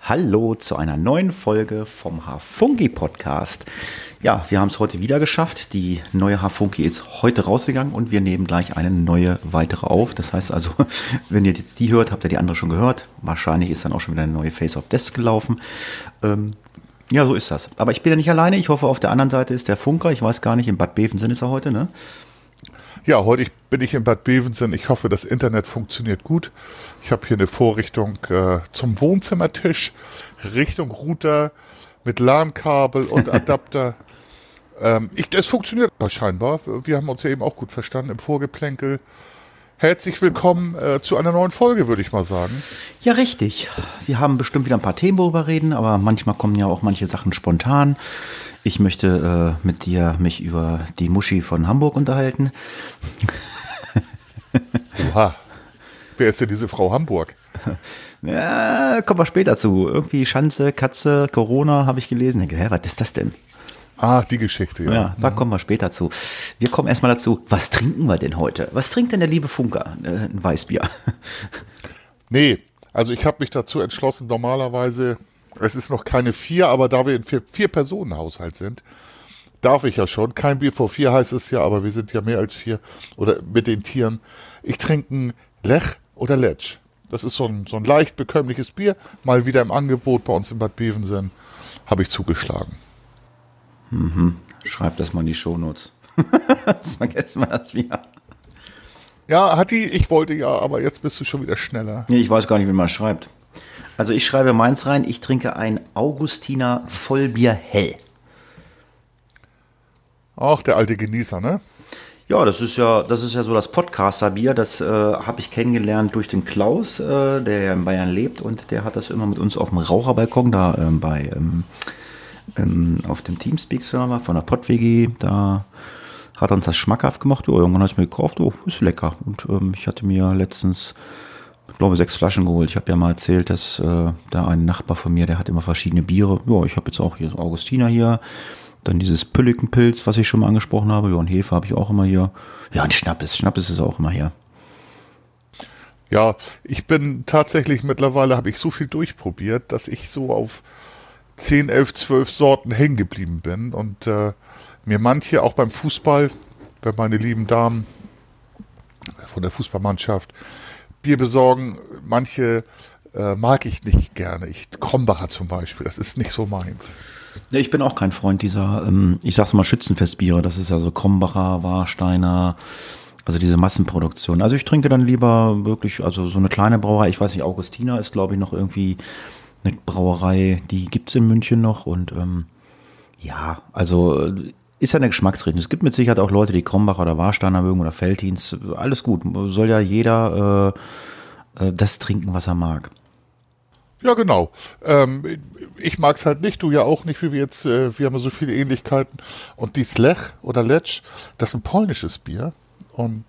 Hallo zu einer neuen Folge vom Hafunki Podcast. Ja, wir haben es heute wieder geschafft. Die neue Hafunki ist heute rausgegangen und wir nehmen gleich eine neue weitere auf. Das heißt also, wenn ihr die hört, habt ihr die andere schon gehört. Wahrscheinlich ist dann auch schon wieder eine neue Face of Death gelaufen. Ja, so ist das. Aber ich bin ja nicht alleine. Ich hoffe, auf der anderen Seite ist der Funker. Ich weiß gar nicht, in Bad Bevensen ist er heute, ne? Ja, heute bin ich in Bad Bevensen. Ich hoffe, das Internet funktioniert gut. Ich habe hier eine Vorrichtung zum Wohnzimmertisch, Richtung Router mit LAN-Kabel und Adapter. Es funktioniert scheinbar. Wir haben uns ja eben auch gut verstanden im Vorgeplänkel. Herzlich willkommen zu einer neuen Folge, würde ich mal sagen. Ja, richtig. Wir haben bestimmt wieder ein paar Themen, worüber reden, aber manchmal kommen ja auch manche Sachen spontan. Ich möchte mit dir mich über die Muschi von Hamburg unterhalten. Oha. Wer ist denn diese Frau Hamburg? Ja, kommen wir später zu. Irgendwie Schanze, Katze, Corona habe ich gelesen. Ich denke, hä, was ist das denn? Ah, die Geschichte, ja. Ja, da kommen wir später zu. Wir kommen erstmal dazu, was trinken wir denn heute? Was trinkt denn der liebe Funker? Ein Weißbier. Nee, also ich habe mich dazu entschlossen, normalerweise, es ist noch keine 4, aber da wir in 4-Personen-Haushalt sind, darf ich ja schon. Kein Bier vor 4 heißt es ja, aber wir sind ja mehr als 4 oder mit den Tieren. Ich trinke ein Lech oder Letsch. Das ist so ein leicht bekömmliches Bier, mal wieder im Angebot bei uns in Bad Bevensen, habe ich zugeschlagen. Schreib das mal in die Shownotes. Das vergessen wir das wieder. Ja, Hatti, ich wollte ja, aber jetzt bist du schon wieder schneller. Nee, ich weiß gar nicht, wie man schreibt. Also ich schreibe meins rein, ich trinke ein Augustiner Vollbier hell. Ach, der alte Genießer, ne? Ja, das ist ja so das Podcaster-Bier, das habe ich kennengelernt durch den Klaus, der ja in Bayern lebt und der hat das immer mit uns auf dem Raucherbalkon da auf dem Teamspeak-Server von der PodWG, da hat er uns das schmackhaft gemacht. Ja, irgendwann habe ich mir gekauft, oh, ist lecker. Und ich hatte mir letztens, ich glaube, 6 Flaschen geholt. Ich habe ja mal erzählt, dass da ein Nachbar von mir, der hat immer verschiedene Biere. Ja, ich habe jetzt auch hier Augustiner hier, dann dieses Püllikenpilz, was ich schon mal angesprochen habe. Ja, und Hefe habe ich auch immer hier. Ja, und Schnappes ist auch immer hier. Ja, ich bin tatsächlich mittlerweile, habe ich so viel durchprobiert, dass ich so auf 10, 11, 12 Sorten hängen geblieben bin und mir manche, auch beim Fußball, wenn meine lieben Damen von der Fußballmannschaft Bier besorgen, manche mag ich nicht gerne. Krombacher zum Beispiel, das ist nicht so meins. Ja, ich bin auch kein Freund dieser, ich sag's mal, Schützenfestbiere. Das ist ja so Krombacher, Warsteiner, also diese Massenproduktion. Also ich trinke dann lieber wirklich, also so eine kleine Brauerei, ich weiß nicht, Augustiner ist glaube ich noch irgendwie eine Brauerei, die gibt's in München noch und ja, also ist ja eine Geschmacksrichtung. Es gibt mit Sicherheit auch Leute, die Krombacher oder Warsteiner mögen oder Veltins, alles gut. Soll ja jeder das trinken, was er mag. Ja, genau. Ich mag's halt nicht, du ja auch nicht, wie wir jetzt, wir haben ja so viele Ähnlichkeiten. Und dies Lech oder Letsch, das ist ein polnisches Bier und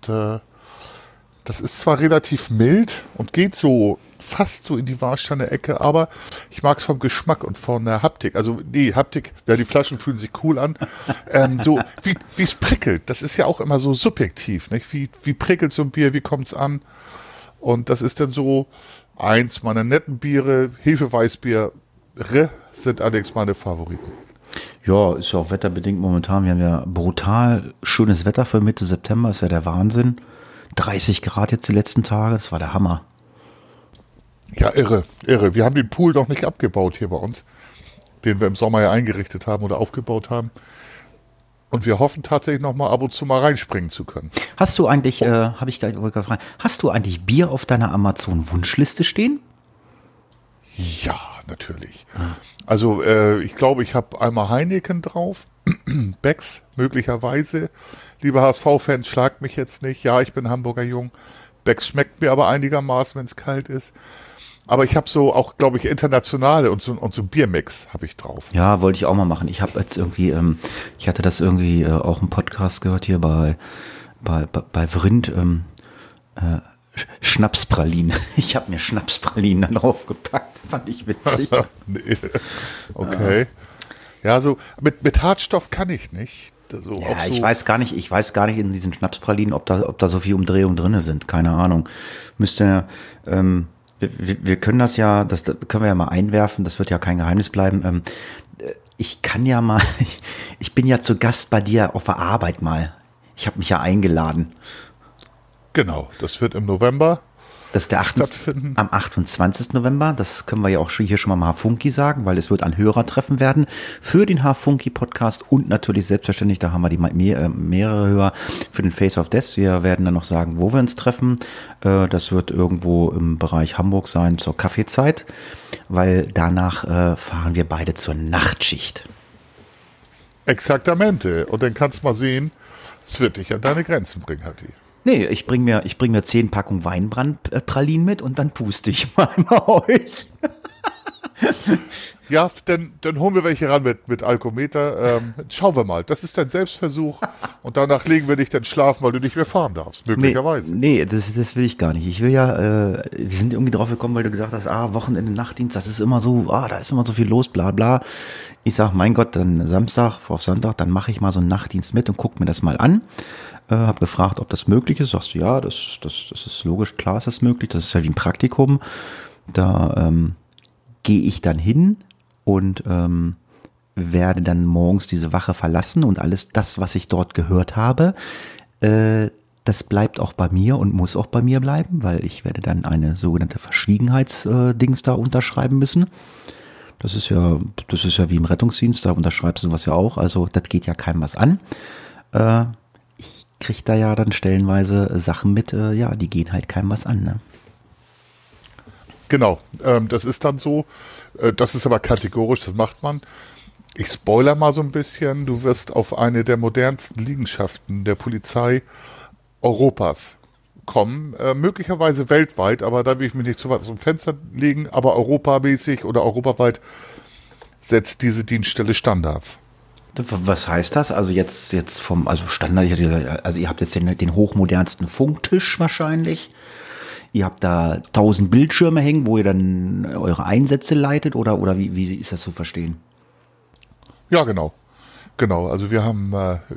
das ist zwar relativ mild und geht so fast so in die Warsteiner Ecke, aber ich mag es vom Geschmack und von der Haptik. Also die Haptik, ja, die Flaschen fühlen sich cool an. So wie es prickelt, das ist ja auch immer so subjektiv, nicht? Wie prickelt so ein Bier, wie kommt es an? Und das ist dann so eins meiner netten Biere, Hefeweißbier sind allerdings meine Favoriten. Ja, ist ja auch wetterbedingt momentan. Wir haben ja brutal schönes Wetter für Mitte September, ist ja der Wahnsinn. 30 Grad jetzt die letzten Tage, das war der Hammer. Ja, irre. Wir haben den Pool noch nicht abgebaut hier bei uns, den wir im Sommer ja eingerichtet haben oder aufgebaut haben. Und wir hoffen tatsächlich noch mal ab und zu mal reinspringen zu können. Hast du eigentlich, habe ich gleich gefragt, hast du eigentlich Bier auf deiner Amazon-Wunschliste stehen? Ja, natürlich. Also ich glaube, ich habe einmal Heineken drauf, Becks möglicherweise. Liebe HSV-Fans, schlagt mich jetzt nicht. Ja, ich bin Hamburger Jung. Becks schmeckt mir aber einigermaßen, wenn es kalt ist. Aber ich habe so auch, glaube ich, internationale und so ein Biermix habe ich drauf. Ja, wollte ich auch mal machen. Ich habe jetzt irgendwie, ich hatte das irgendwie auch im Podcast gehört hier bei Vrindt, Schnapspralinen. Ich habe mir Schnapspralinen dann draufgepackt. Fand ich witzig. Nee. Okay. Ja, so mit Hartstoff kann ich nicht. So, ja, auch so. ich weiß gar nicht in diesen Schnapspralinen, ob da so viel Umdrehungen drin sind. Keine Ahnung. wir können das ja, das können wir ja mal einwerfen, das wird ja kein Geheimnis bleiben. Ich kann ja mal, ich bin ja zu Gast bei dir auf der Arbeit mal. Ich habe mich ja eingeladen. Genau, das wird im November. Das ist am 28. November, das können wir ja auch hier schon mal Haarfunky sagen, weil es wird ein Hörertreffen werden für den Haarfunky-Podcast und natürlich selbstverständlich, da haben wir die mehrere Hörer für den Face of Death. Wir werden dann noch sagen, wo wir uns treffen. Das wird irgendwo im Bereich Hamburg sein zur Kaffeezeit, weil danach fahren wir beide zur Nachtschicht. Exaktamente. Und dann kannst du mal sehen, es wird dich an deine Grenzen bringen, Hatti. Nee, ich bring mir 10 Packungen Weinbrandpralinen mit und dann puste ich mal euch. Ja, dann holen wir welche ran mit Alkometer. Schauen wir mal. Das ist dein Selbstversuch und danach legen wir dich dann schlafen, weil du nicht mehr fahren darfst, möglicherweise. Nee, das will ich gar nicht. Ich will ja, wir sind irgendwie drauf gekommen, weil du gesagt hast, Wochenende, Nachtdienst, das ist immer so, da ist immer so viel los, bla bla. Ich sag, mein Gott, dann Samstag auf Sonntag, dann mache ich mal so einen Nachtdienst mit und guck mir das mal an. Hab gefragt, ob das möglich ist. Sagst du, ja, das ist logisch, klar ist das möglich. Das ist ja wie ein Praktikum. Da gehe ich dann hin und werde dann morgens diese Wache verlassen und alles das, was ich dort gehört habe, das bleibt auch bei mir und muss auch bei mir bleiben, weil ich werde dann eine sogenannte Verschwiegenheitsdings da unterschreiben müssen. Das ist ja wie im Rettungsdienst, da unterschreibst du sowas ja auch. Also das geht ja keinem was an. Ich kriege da ja dann stellenweise Sachen mit, die gehen halt keinem was an. Ne? Genau, das ist dann so. Das ist aber kategorisch, das macht man. Ich spoiler mal so ein bisschen. Du wirst auf eine der modernsten Liegenschaften der Polizei Europas kommen. Möglicherweise weltweit, aber da will ich mich nicht zu weit aus dem Fenster legen. Aber europamäßig oder europaweit setzt diese Dienststelle Standards. Was heißt das? Also jetzt also Standard, also ihr habt jetzt den hochmodernsten Funktisch wahrscheinlich. Ihr habt da 1000 Bildschirme hängen, wo ihr dann eure Einsätze leitet oder wie ist das zu verstehen? Ja, genau. Genau, also wir haben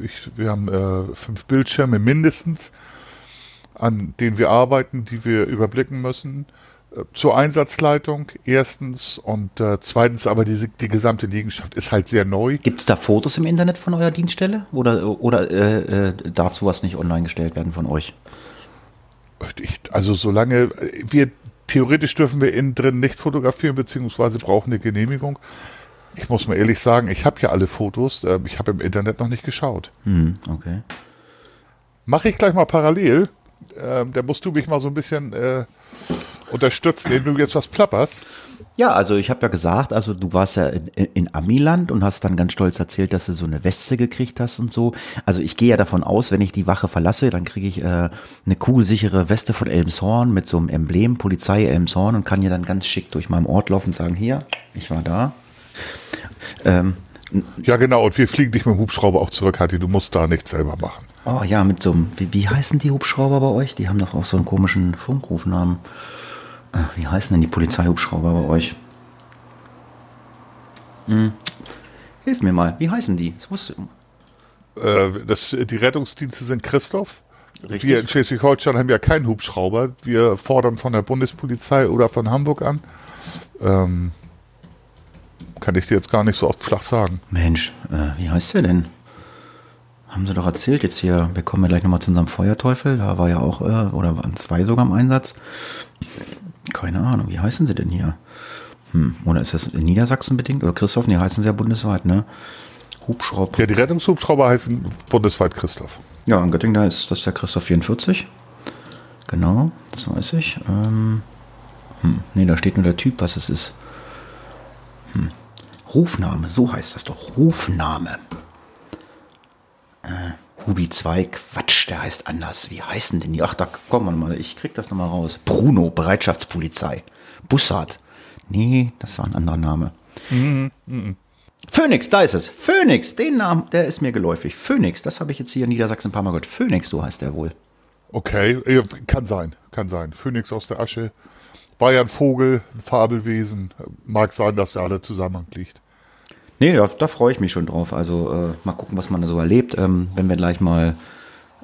5 Bildschirme mindestens, an denen wir arbeiten, die wir überblicken müssen. Zur Einsatzleitung erstens und zweitens aber die gesamte Liegenschaft ist halt sehr neu. Gibt es da Fotos im Internet von eurer Dienststelle oder darf sowas nicht online gestellt werden von euch? Also solange theoretisch dürfen wir innen drin nicht fotografieren, beziehungsweise brauchen eine Genehmigung. Ich muss mal ehrlich sagen, ich habe ja alle Fotos, ich habe im Internet noch nicht geschaut. Okay. Mache ich gleich mal parallel. Da musst du mich mal so ein bisschen unterstützen, indem du jetzt was plapperst. Ja, also ich habe ja gesagt, also du warst ja in Amiland und hast dann ganz stolz erzählt, dass du so eine Weste gekriegt hast und so. Also ich gehe ja davon aus, wenn ich die Wache verlasse, dann kriege ich eine kugelsichere Weste von Elmshorn mit so einem Emblem, Polizei Elmshorn, und kann hier dann ganz schick durch meinen Ort laufen und sagen, hier, ich war da. Ja genau, und wir fliegen dich mit dem Hubschrauber auch zurück, Hatti, du musst da nichts selber machen. Oh ja, mit so einem, wie heißen die Hubschrauber bei euch? Die haben doch auch so einen komischen Funkrufnamen. Wie heißen denn die Polizeihubschrauber bei euch? Hilf mir mal, wie heißen die? Das wusste die Rettungsdienste sind Christoph. Richtig. Wir in Schleswig-Holstein haben ja keinen Hubschrauber. Wir fordern von der Bundespolizei oder von Hamburg an. Kann ich dir jetzt gar nicht so auf Schlag sagen. Mensch, wie heißt der denn? Haben sie doch erzählt jetzt hier. Wir kommen ja gleich nochmal zu unserem Feuerteufel. Da war ja auch, oder waren 2 sogar im Einsatz. Keine Ahnung, wie heißen sie denn hier? Oder ist das in Niedersachsen bedingt? Oder Christoph? Nee, heißen sie ja bundesweit, ne? Hubschrauber. Ja, die Rettungshubschrauber heißen bundesweit Christoph. Ja, in Göttingen, da ist das der Christoph 44. Genau, das weiß ich. Nee, da steht nur der Typ, was es ist. Rufname, so heißt das doch. Rufname. Hubi 2, Quatsch, der heißt anders. Wie heißen denn die? Ach, da kommen wir mal, ich krieg das nochmal raus. Bruno, Bereitschaftspolizei. Bussard. Nee, das war ein anderer Name. Phoenix, da ist es. Phoenix, den Namen, der ist mir geläufig. Phoenix, das habe ich jetzt hier in Niedersachsen ein paar Mal gehört. Phoenix, so heißt der wohl. Okay, kann sein. Phoenix aus der Asche. War ja ein Vogel, ein Fabelwesen. Mag sein, dass der alle Zusammenhang liegt. Nee, da freue ich mich schon drauf. Also mal gucken, was man da so erlebt. Wenn wir gleich mal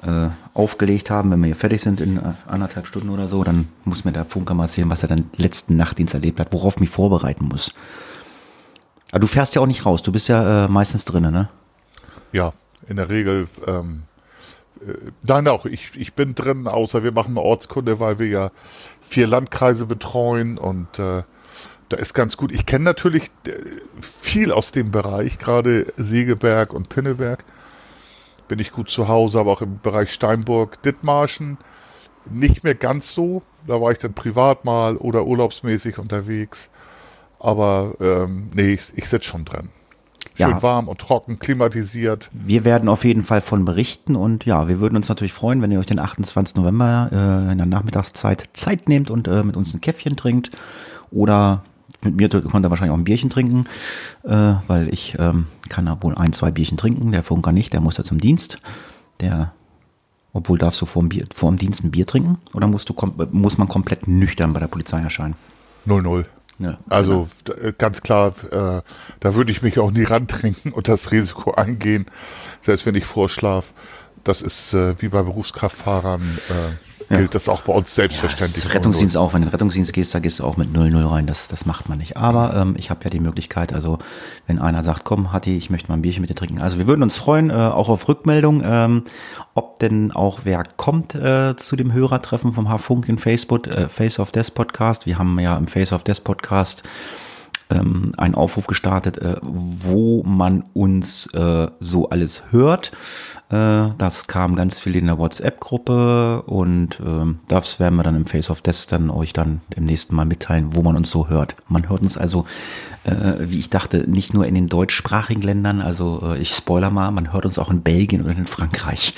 aufgelegt haben, wenn wir hier fertig sind in 1,5 Stunden oder so, dann muss mir der Funker mal erzählen, was er dann letzten Nachtdienst erlebt hat, worauf ich mich vorbereiten muss. Aber du fährst ja auch nicht raus, du bist ja meistens drinnen, ne? Ja, in der Regel, nein, auch ich bin drin, außer wir machen eine Ortskunde, weil wir ja 4 Landkreise betreuen und da ist ganz gut. Ich kenne natürlich viel aus dem Bereich, gerade Segeberg und Pinneberg. Bin ich gut zu Hause, aber auch im Bereich Steinburg, Dithmarschen nicht mehr ganz so. Da war ich dann privat mal oder urlaubsmäßig unterwegs. Aber nee, ich sitze schon drin. Schön warm und trocken, klimatisiert. Wir werden auf jeden Fall von berichten und ja, wir würden uns natürlich freuen, wenn ihr euch den 28. November in der Nachmittagszeit Zeit nehmt und mit uns ein Käffchen trinkt oder mit mir könnt ihr wahrscheinlich auch ein Bierchen trinken, weil ich kann ja wohl 1, 2 Bierchen trinken, der Funker nicht, der muss ja zum Dienst. Obwohl darfst du vor dem Dienst ein Bier trinken oder muss man komplett nüchtern bei der Polizei erscheinen? 0-0. Ja, also ganz klar, da würde ich mich auch nie rantrinken und das Risiko angehen, selbst wenn ich vorschlafe. Das ist wie bei Berufskraftfahrern, gilt das auch bei uns selbstverständlich. Ja, Rettungsdienst auch, wenn du in den Rettungsdienst gehst, da gehst du auch mit 0-0 rein, das macht man nicht. Aber ich habe ja die Möglichkeit, also wenn einer sagt, komm Hatti, ich möchte mal ein Bierchen mit dir trinken. Also wir würden uns freuen, auch auf Rückmeldung, ob denn auch wer kommt zu dem Hörertreffen vom H-Funk in Facebook, Face of Death Podcast. Wir haben ja im Face of Death Podcast einen Aufruf gestartet, wo man uns so alles hört. Das kam ganz viel in der WhatsApp-Gruppe und das werden wir dann im Face of Death dann euch dann im nächsten Mal mitteilen, wo man uns so hört. Man hört uns also, wie ich dachte, nicht nur in den deutschsprachigen Ländern, also ich spoiler mal, man hört uns auch in Belgien oder in Frankreich.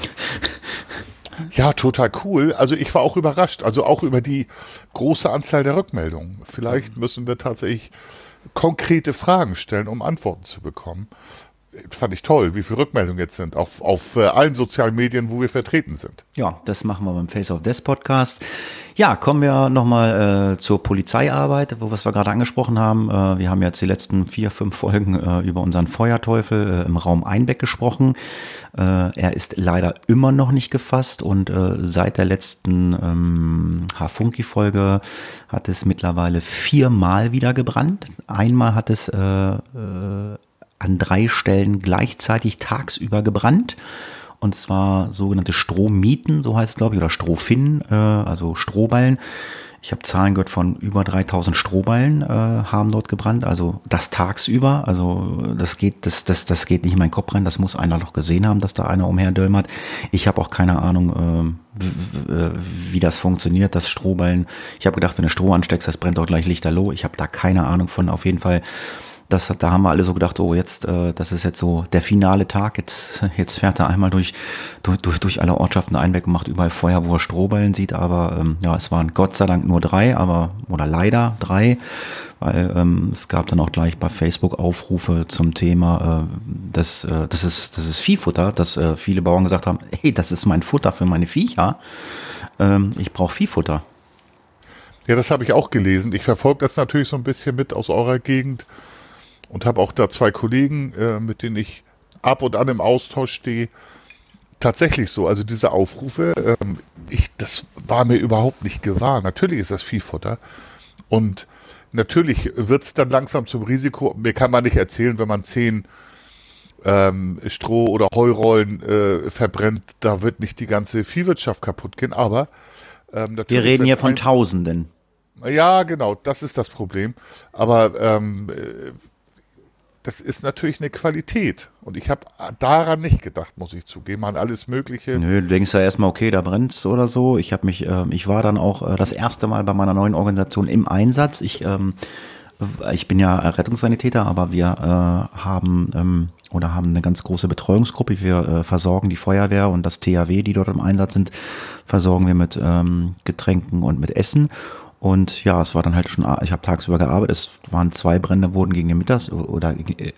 Ja, total cool. Also ich war auch überrascht, also auch über die große Anzahl der Rückmeldungen. Vielleicht müssen wir tatsächlich konkrete Fragen stellen, um Antworten zu bekommen. Fand ich toll, wie viele Rückmeldungen jetzt sind auf allen sozialen Medien, wo wir vertreten sind. Ja, das machen wir beim Face of Death Podcast. Ja, kommen wir nochmal zur Polizeiarbeit, was wir gerade angesprochen haben. Wir haben jetzt die letzten 4, 5 Folgen über unseren Feuerteufel im Raum Einbeck gesprochen. Er ist leider immer noch nicht gefasst und seit der letzten H-Funky-Folge hat es mittlerweile 4-mal wieder gebrannt. Einmal hat es an 3 Stellen gleichzeitig tagsüber gebrannt. Und zwar sogenannte Strohmieten, so heißt es glaube ich, oder Strohfinnen, also Strohballen. Ich habe Zahlen gehört von über 3000 Strohballen haben dort gebrannt, also das tagsüber. Also das geht nicht in meinen Kopf rein, das muss einer doch gesehen haben, dass da einer umherdölmert. Ich habe auch keine Ahnung, wie das funktioniert, das Strohballen. Ich habe gedacht, wenn du Stroh ansteckst, das brennt doch gleich lichterloh. Ich habe da keine Ahnung von, auf jeden Fall. Da haben wir alle so gedacht, oh jetzt, das ist jetzt so der finale Tag, jetzt fährt er einmal durch alle Ortschaften Einbeck und macht überall Feuer, wo er Strohballen sieht, aber ja, es waren Gott sei Dank nur 3, oder leider 3, weil es gab dann auch gleich bei Facebook Aufrufe zum Thema, das ist Viehfutter, dass viele Bauern gesagt haben, hey, das ist mein Futter für meine Viecher, ich brauche Viehfutter. Ja, das habe ich auch gelesen. Ich verfolge das natürlich so ein bisschen mit aus eurer Gegend. Und habe auch da 2 Kollegen, mit denen ich ab und an im Austausch stehe. Tatsächlich so, also diese Aufrufe, das war mir überhaupt nicht gewahr. Natürlich ist das Viehfutter. Und natürlich wird es dann langsam zum Risiko. Mir kann man nicht erzählen, wenn man 10 Stroh- oder Heurollen verbrennt, da wird nicht die ganze Viehwirtschaft kaputt gehen. Aber natürlich wir reden hier von Tausenden. Ja, genau, das ist das Problem. Aber das ist natürlich eine Qualität. Und ich habe daran nicht gedacht, muss ich zugeben, an alles Mögliche. Nö, du denkst ja erstmal, okay, da brennt's oder so. Ich war dann auch das erste Mal bei meiner neuen Organisation im Einsatz. Ich bin ja Rettungssanitäter, aber wir haben eine ganz große Betreuungsgruppe. Wir versorgen die Feuerwehr und das THW, die dort im Einsatz sind, versorgen wir mit Getränken und mit Essen. Und ja, es war dann halt schon, ich habe tagsüber gearbeitet, es waren 2 Brände, wurden gegen den Mittags oder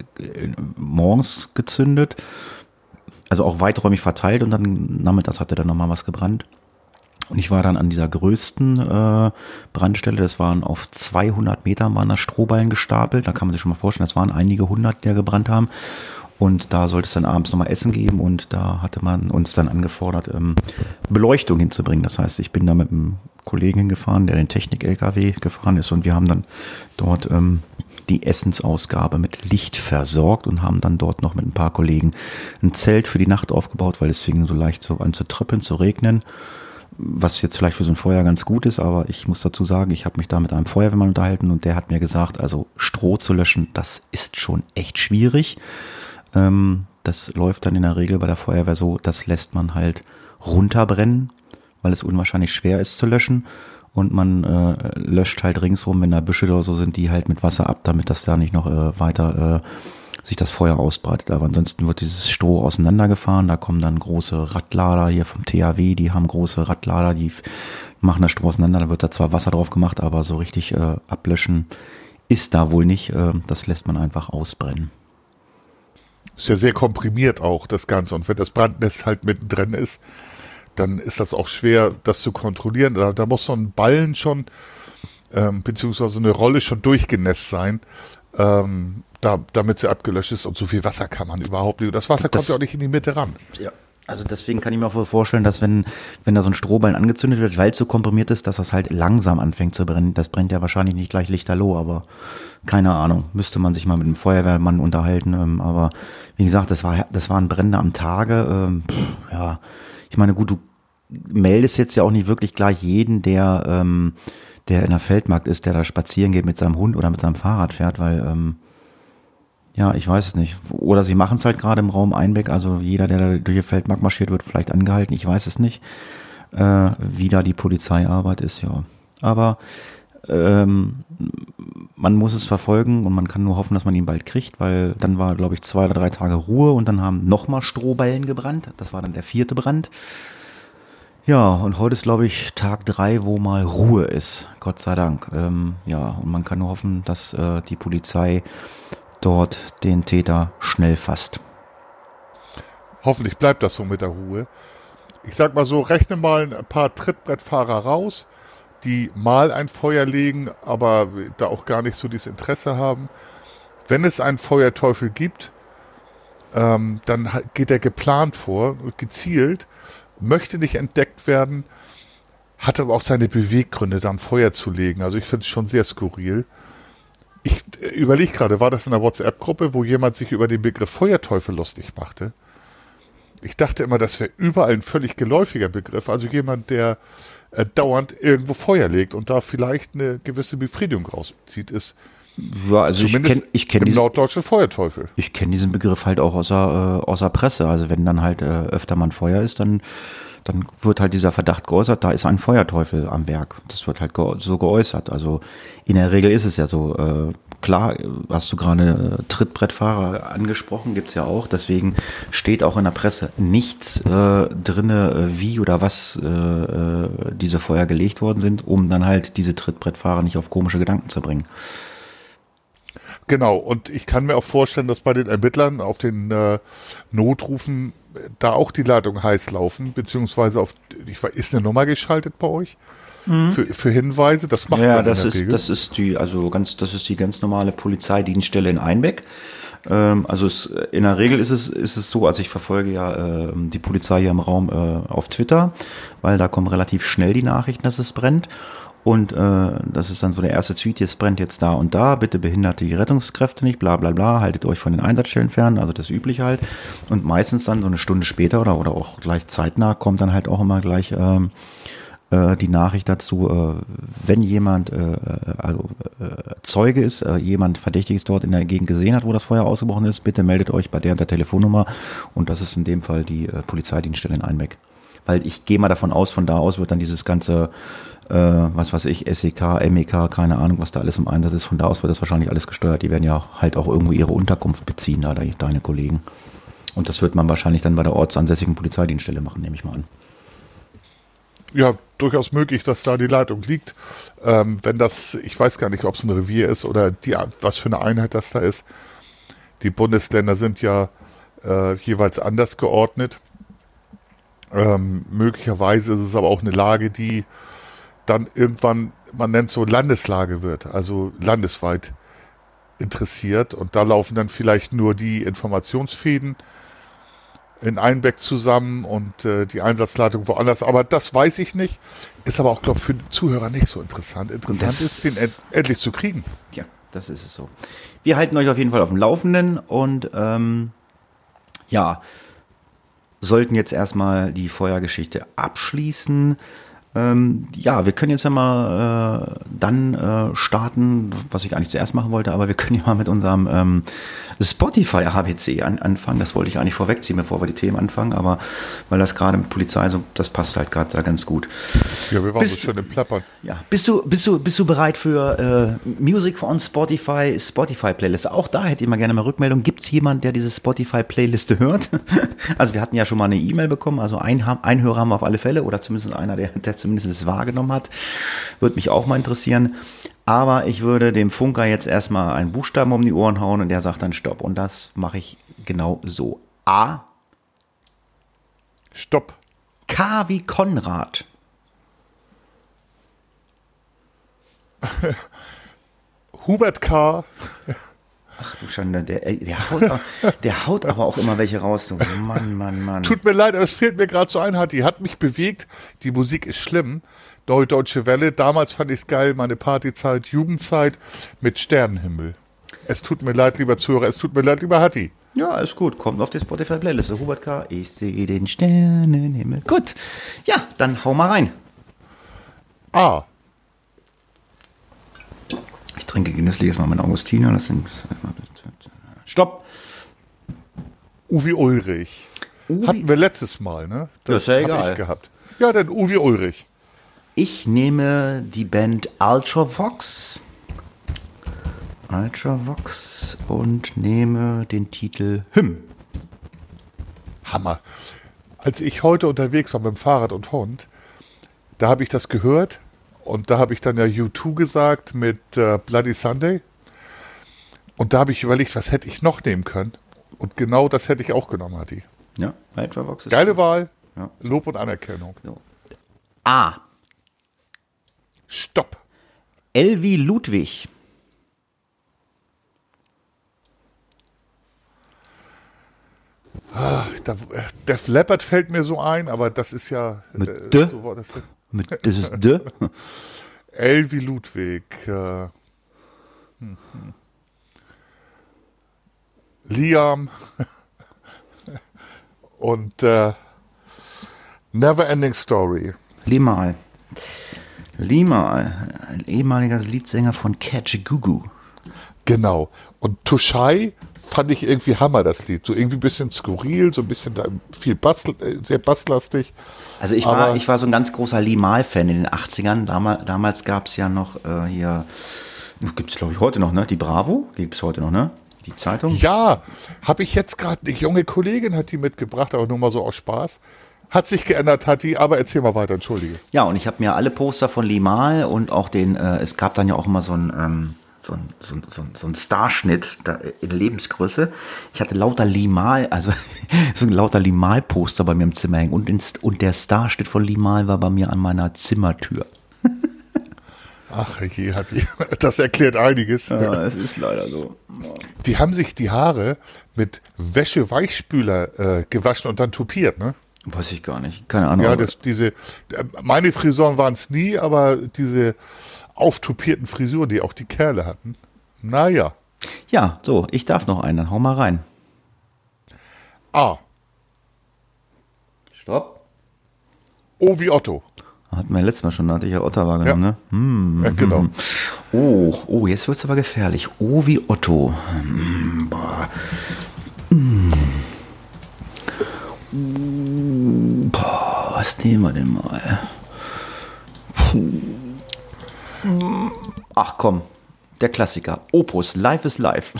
morgens gezündet, also auch weiträumig verteilt und dann nachmittags hatte dann nochmal was gebrannt. Und ich war dann an dieser größten Brandstelle, das waren auf 200 Metern waren da Strohballen gestapelt, da kann man sich schon mal vorstellen, das waren einige 100, die da gebrannt haben. Und da sollte es dann abends nochmal Essen geben und da hatte man uns dann angefordert, Beleuchtung hinzubringen. Das heißt, ich bin da mit einem Kollegen hingefahren, der den Technik-LKW gefahren ist und wir haben dann dort die Essensausgabe mit Licht versorgt und haben dann dort noch mit ein paar Kollegen ein Zelt für die Nacht aufgebaut, weil es fing so leicht so an zu tröppeln, zu regnen. Was jetzt vielleicht für so ein Feuer ganz gut ist, aber ich muss dazu sagen, ich habe mich da mit einem Feuerwehrmann unterhalten und der hat mir gesagt, also Stroh zu löschen, das ist schon echt schwierig. Das läuft dann in der Regel bei der Feuerwehr so, das lässt man halt runterbrennen, weil es unwahrscheinlich schwer ist zu löschen und man löscht halt ringsrum, wenn da Büsche oder so sind, die halt mit Wasser ab, damit das da nicht noch weiter sich das Feuer ausbreitet. Aber ansonsten wird dieses Stroh auseinandergefahren, da kommen dann große Radlader hier vom THW, die haben große Radlader, die machen das Stroh auseinander, da wird da zwar Wasser drauf gemacht, aber so richtig ablöschen ist da wohl nicht, das lässt man einfach ausbrennen. Ist ja sehr komprimiert auch, das Ganze. Und wenn das Brandnetz halt mittendrin ist, dann ist das auch schwer, das zu kontrollieren. Da muss so ein Ballen schon, beziehungsweise eine Rolle schon durchgenässt sein, damit sie abgelöscht ist. Und so viel Wasser kann man überhaupt nicht. Und das Wasser kommt ja auch nicht in die Mitte ran. Ja. Also deswegen kann ich mir auch vorstellen, dass wenn da so ein Strohballen angezündet wird, weil es so komprimiert ist, dass das halt langsam anfängt zu brennen. Das brennt ja wahrscheinlich nicht gleich lichterloh, aber keine Ahnung. Müsste man sich mal mit einem Feuerwehrmann unterhalten. Aber wie gesagt, das waren Brände am Tage. Ja, ich meine, gut, du meldest jetzt ja auch nicht wirklich gleich jeden, der in der Feldmarkt ist, der da spazieren geht mit seinem Hund oder mit seinem Fahrrad fährt, weil ja, ich weiß es nicht. Oder sie machen es halt gerade im Raum Einbeck, also jeder, der da durch den Feldmarkt marschiert, wird vielleicht angehalten, ich weiß es nicht, wie da die Polizeiarbeit ist, ja. Aber man muss es verfolgen und man kann nur hoffen, dass man ihn bald kriegt, weil dann war, glaube ich, 2 oder 3 Tage Ruhe und dann haben nochmal Strohballen gebrannt. Das war dann der 4. Brand. Ja, und heute ist, glaube ich, Tag 3, wo mal Ruhe ist, Gott sei Dank. Ja, und man kann nur hoffen, dass die Polizei dort den Täter schnell fasst. Hoffentlich bleibt das so mit der Ruhe. Ich sag mal so, rechne mal ein paar Trittbrettfahrer raus, die mal ein Feuer legen, aber da auch gar nicht so dieses Interesse haben. Wenn es einen Feuerteufel gibt, dann geht er geplant vor, gezielt, möchte nicht entdeckt werden, hat aber auch seine Beweggründe, dann Feuer zu legen. Also ich finde es schon sehr skurril. Ich überlege gerade, war das in einer WhatsApp-Gruppe, wo jemand sich über den Begriff Feuerteufel lustig machte? Ich dachte immer, das wäre überall ein völlig geläufiger Begriff. Also jemand, der dauernd irgendwo Feuer legt und da vielleicht eine gewisse Befriedigung rauszieht, ist ja, also ich kenn im norddeutschen Feuerteufel. Ich kenne diesen Begriff halt auch aus der Presse. Also wenn dann halt öfter mal ein Feuer ist, dann wird halt dieser Verdacht geäußert, da ist ein Feuerteufel am Werk. Das wird halt so geäußert. Also in der Regel ist es ja so. Klar, hast du gerade Trittbrettfahrer angesprochen, gibt's ja auch. Deswegen steht auch in der Presse nichts drinne, wie oder was diese Feuer gelegt worden sind, um dann halt diese Trittbrettfahrer nicht auf komische Gedanken zu bringen. Genau, und ich kann mir auch vorstellen, dass bei den Ermittlern auf den Notrufen da auch die Leitungen heiß laufen, beziehungsweise ist eine Nummer geschaltet bei euch für Hinweise? Das macht man in der Regel. Das ist die ganz normale Polizeidienststelle in Einbeck. Also in der Regel ist es so, also ich verfolge ja die Polizei hier im Raum auf Twitter, weil da kommen relativ schnell die Nachrichten, dass es brennt. Und das ist dann so der erste Tweet, es brennt jetzt da und da, bitte behindert die Rettungskräfte nicht, bla bla bla, haltet euch von den Einsatzstellen fern, also das Übliche halt. Und meistens dann so eine Stunde später oder auch gleich zeitnah kommt dann halt auch immer gleich die Nachricht dazu, wenn jemand Zeuge ist, jemand Verdächtiges dort in der Gegend gesehen hat, wo das Feuer ausgebrochen ist, bitte meldet euch bei der und der Telefonnummer. Und das ist in dem Fall die Polizeidienststelle in Einbeck. Weil ich gehe mal davon aus, von da aus wird dann dieses ganze was weiß ich, SEK, MEK, keine Ahnung, was da alles im Einsatz ist. Von da aus wird das wahrscheinlich alles gesteuert. Die werden ja halt auch irgendwo ihre Unterkunft beziehen, da deine Kollegen. Und das wird man wahrscheinlich dann bei der ortsansässigen Polizeidienststelle machen, nehme ich mal an. Ja, durchaus möglich, dass da die Leitung liegt. Wenn das, ich weiß gar nicht, ob es ein Revier ist oder was für eine Einheit das da ist. Die Bundesländer sind ja jeweils anders geordnet. Möglicherweise ist es aber auch eine Lage, die dann irgendwann, man nennt so Landeslage wird, also landesweit interessiert und da laufen dann vielleicht nur die Informationsfäden in Einbeck zusammen und die Einsatzleitung woanders. Aber das weiß ich nicht. Ist aber auch, glaube ich, für die Zuhörer nicht so interessant. Interessant ist, den endlich zu kriegen. Ja, das ist es so. Wir halten euch auf jeden Fall auf dem Laufenden und sollten jetzt erstmal die Feuergeschichte abschließen. Wir können jetzt ja mal dann starten, was ich eigentlich zuerst machen wollte, aber wir können ja mal mit unserem Spotify ABC anfangen. Das wollte ich eigentlich vorwegziehen, bevor wir die Themen anfangen, aber weil das gerade mit Polizei so, das passt halt gerade da ganz gut. Ja, wir waren so schön im Plappern. Ja, bist du bereit für Music on Spotify Playlist? Auch da hätte ich mal gerne mal Rückmeldung. Gibt es jemanden, der diese Spotify Playliste hört? Also wir hatten ja schon mal eine E-Mail bekommen, also ein Hörer haben wir auf alle Fälle oder zumindest einer, der zumindest es wahrgenommen hat. Würde mich auch mal interessieren. Aber ich würde dem Funker jetzt erstmal einen Buchstaben um die Ohren hauen und der sagt dann Stopp. Und das mache ich genau so. A. Stopp. K wie Konrad. Hubert K. Ach du Schande, der haut aber auch immer welche raus. Du. Mann. Tut mir leid, aber es fehlt mir gerade so ein. Die hat mich bewegt. Die Musik ist schlimm. Deutsche Welle. Damals fand ich es geil. Meine Partyzeit, Jugendzeit mit Sternenhimmel. Es tut mir leid, lieber Zuhörer. Es tut mir leid, lieber Hatti. Ja, ist gut. Kommt auf die Spotify-Playliste. Hubert K. Ich sehe den Sternenhimmel. Gut. Ja, dann hau mal rein. A. Ich trinke genüsslich jetzt mal meinen Augustiner. Stopp. Uwe Ulrich. Hatten wir letztes Mal, ne? Das ist ja egal. Ich gehabt. Ja, dann Uwe Ulrich. Ich nehme die Band Ultravox und nehme den Titel Hymn. Hammer. Als ich heute unterwegs war mit dem Fahrrad und Hund, da habe ich das gehört und da habe ich dann ja U2 gesagt mit Bloody Sunday und da habe ich überlegt, was hätte ich noch nehmen können und genau das hätte ich auch genommen, Hatti. Ja, Ultravox ist geile Wahl, ja. Lob und Anerkennung. So. A. Stopp. L wie Ludwig. Def Leppard fällt mir so ein, aber das ist ja... Mit D? So war das. Das ist D. L wie Ludwig. Liam. Und Never Ending Story. Limahl, ein ehemaliger Leadsänger von Catch Gugu. Genau. Und Tushai fand ich irgendwie Hammer, das Lied. So irgendwie ein bisschen skurril, so ein bisschen viel Bass, sehr basslastig. Also ich war so ein ganz großer Limahl-Fan in den 80ern. Damals gab es ja noch hier, gibt es glaube ich heute noch, ne? Die Bravo, die gibt es heute noch, ne? Die Zeitung. Ja, habe ich jetzt gerade, eine junge Kollegin hat die mitgebracht, aber nur mal so aus Spaß. Hat sich geändert, Hatti, aber erzähl mal weiter, entschuldige. Ja, und ich habe mir alle Poster von Limahl und auch es gab dann ja auch immer so ein Starschnitt da in Lebensgröße. Ich hatte lauter Limahl, also so ein lauter Limahl-Poster bei mir im Zimmer hängen und der Starschnitt von Limahl war bei mir an meiner Zimmertür. Ach je, Hatti, das erklärt einiges. Ja, es ist leider so. Die haben sich die Haare mit Wäsche-Weichspüler gewaschen und dann tupiert, ne? Weiß ich gar nicht, keine Ahnung. Ja, meine Frisuren waren es nie, aber diese auftupierten Frisuren, die auch die Kerle hatten. Naja. Ja, so, ich darf noch einen, dann hau mal rein. A. Stopp. O wie Otto. Hatten wir letztes Mal schon, da hatte ich ja Ottawa genommen, ja. Ne? Ja, genau. Oh, jetzt wird es aber gefährlich. O wie Otto. Boah. Boah, was nehmen wir denn mal? Ach komm, der Klassiker. Opus, Life is Life.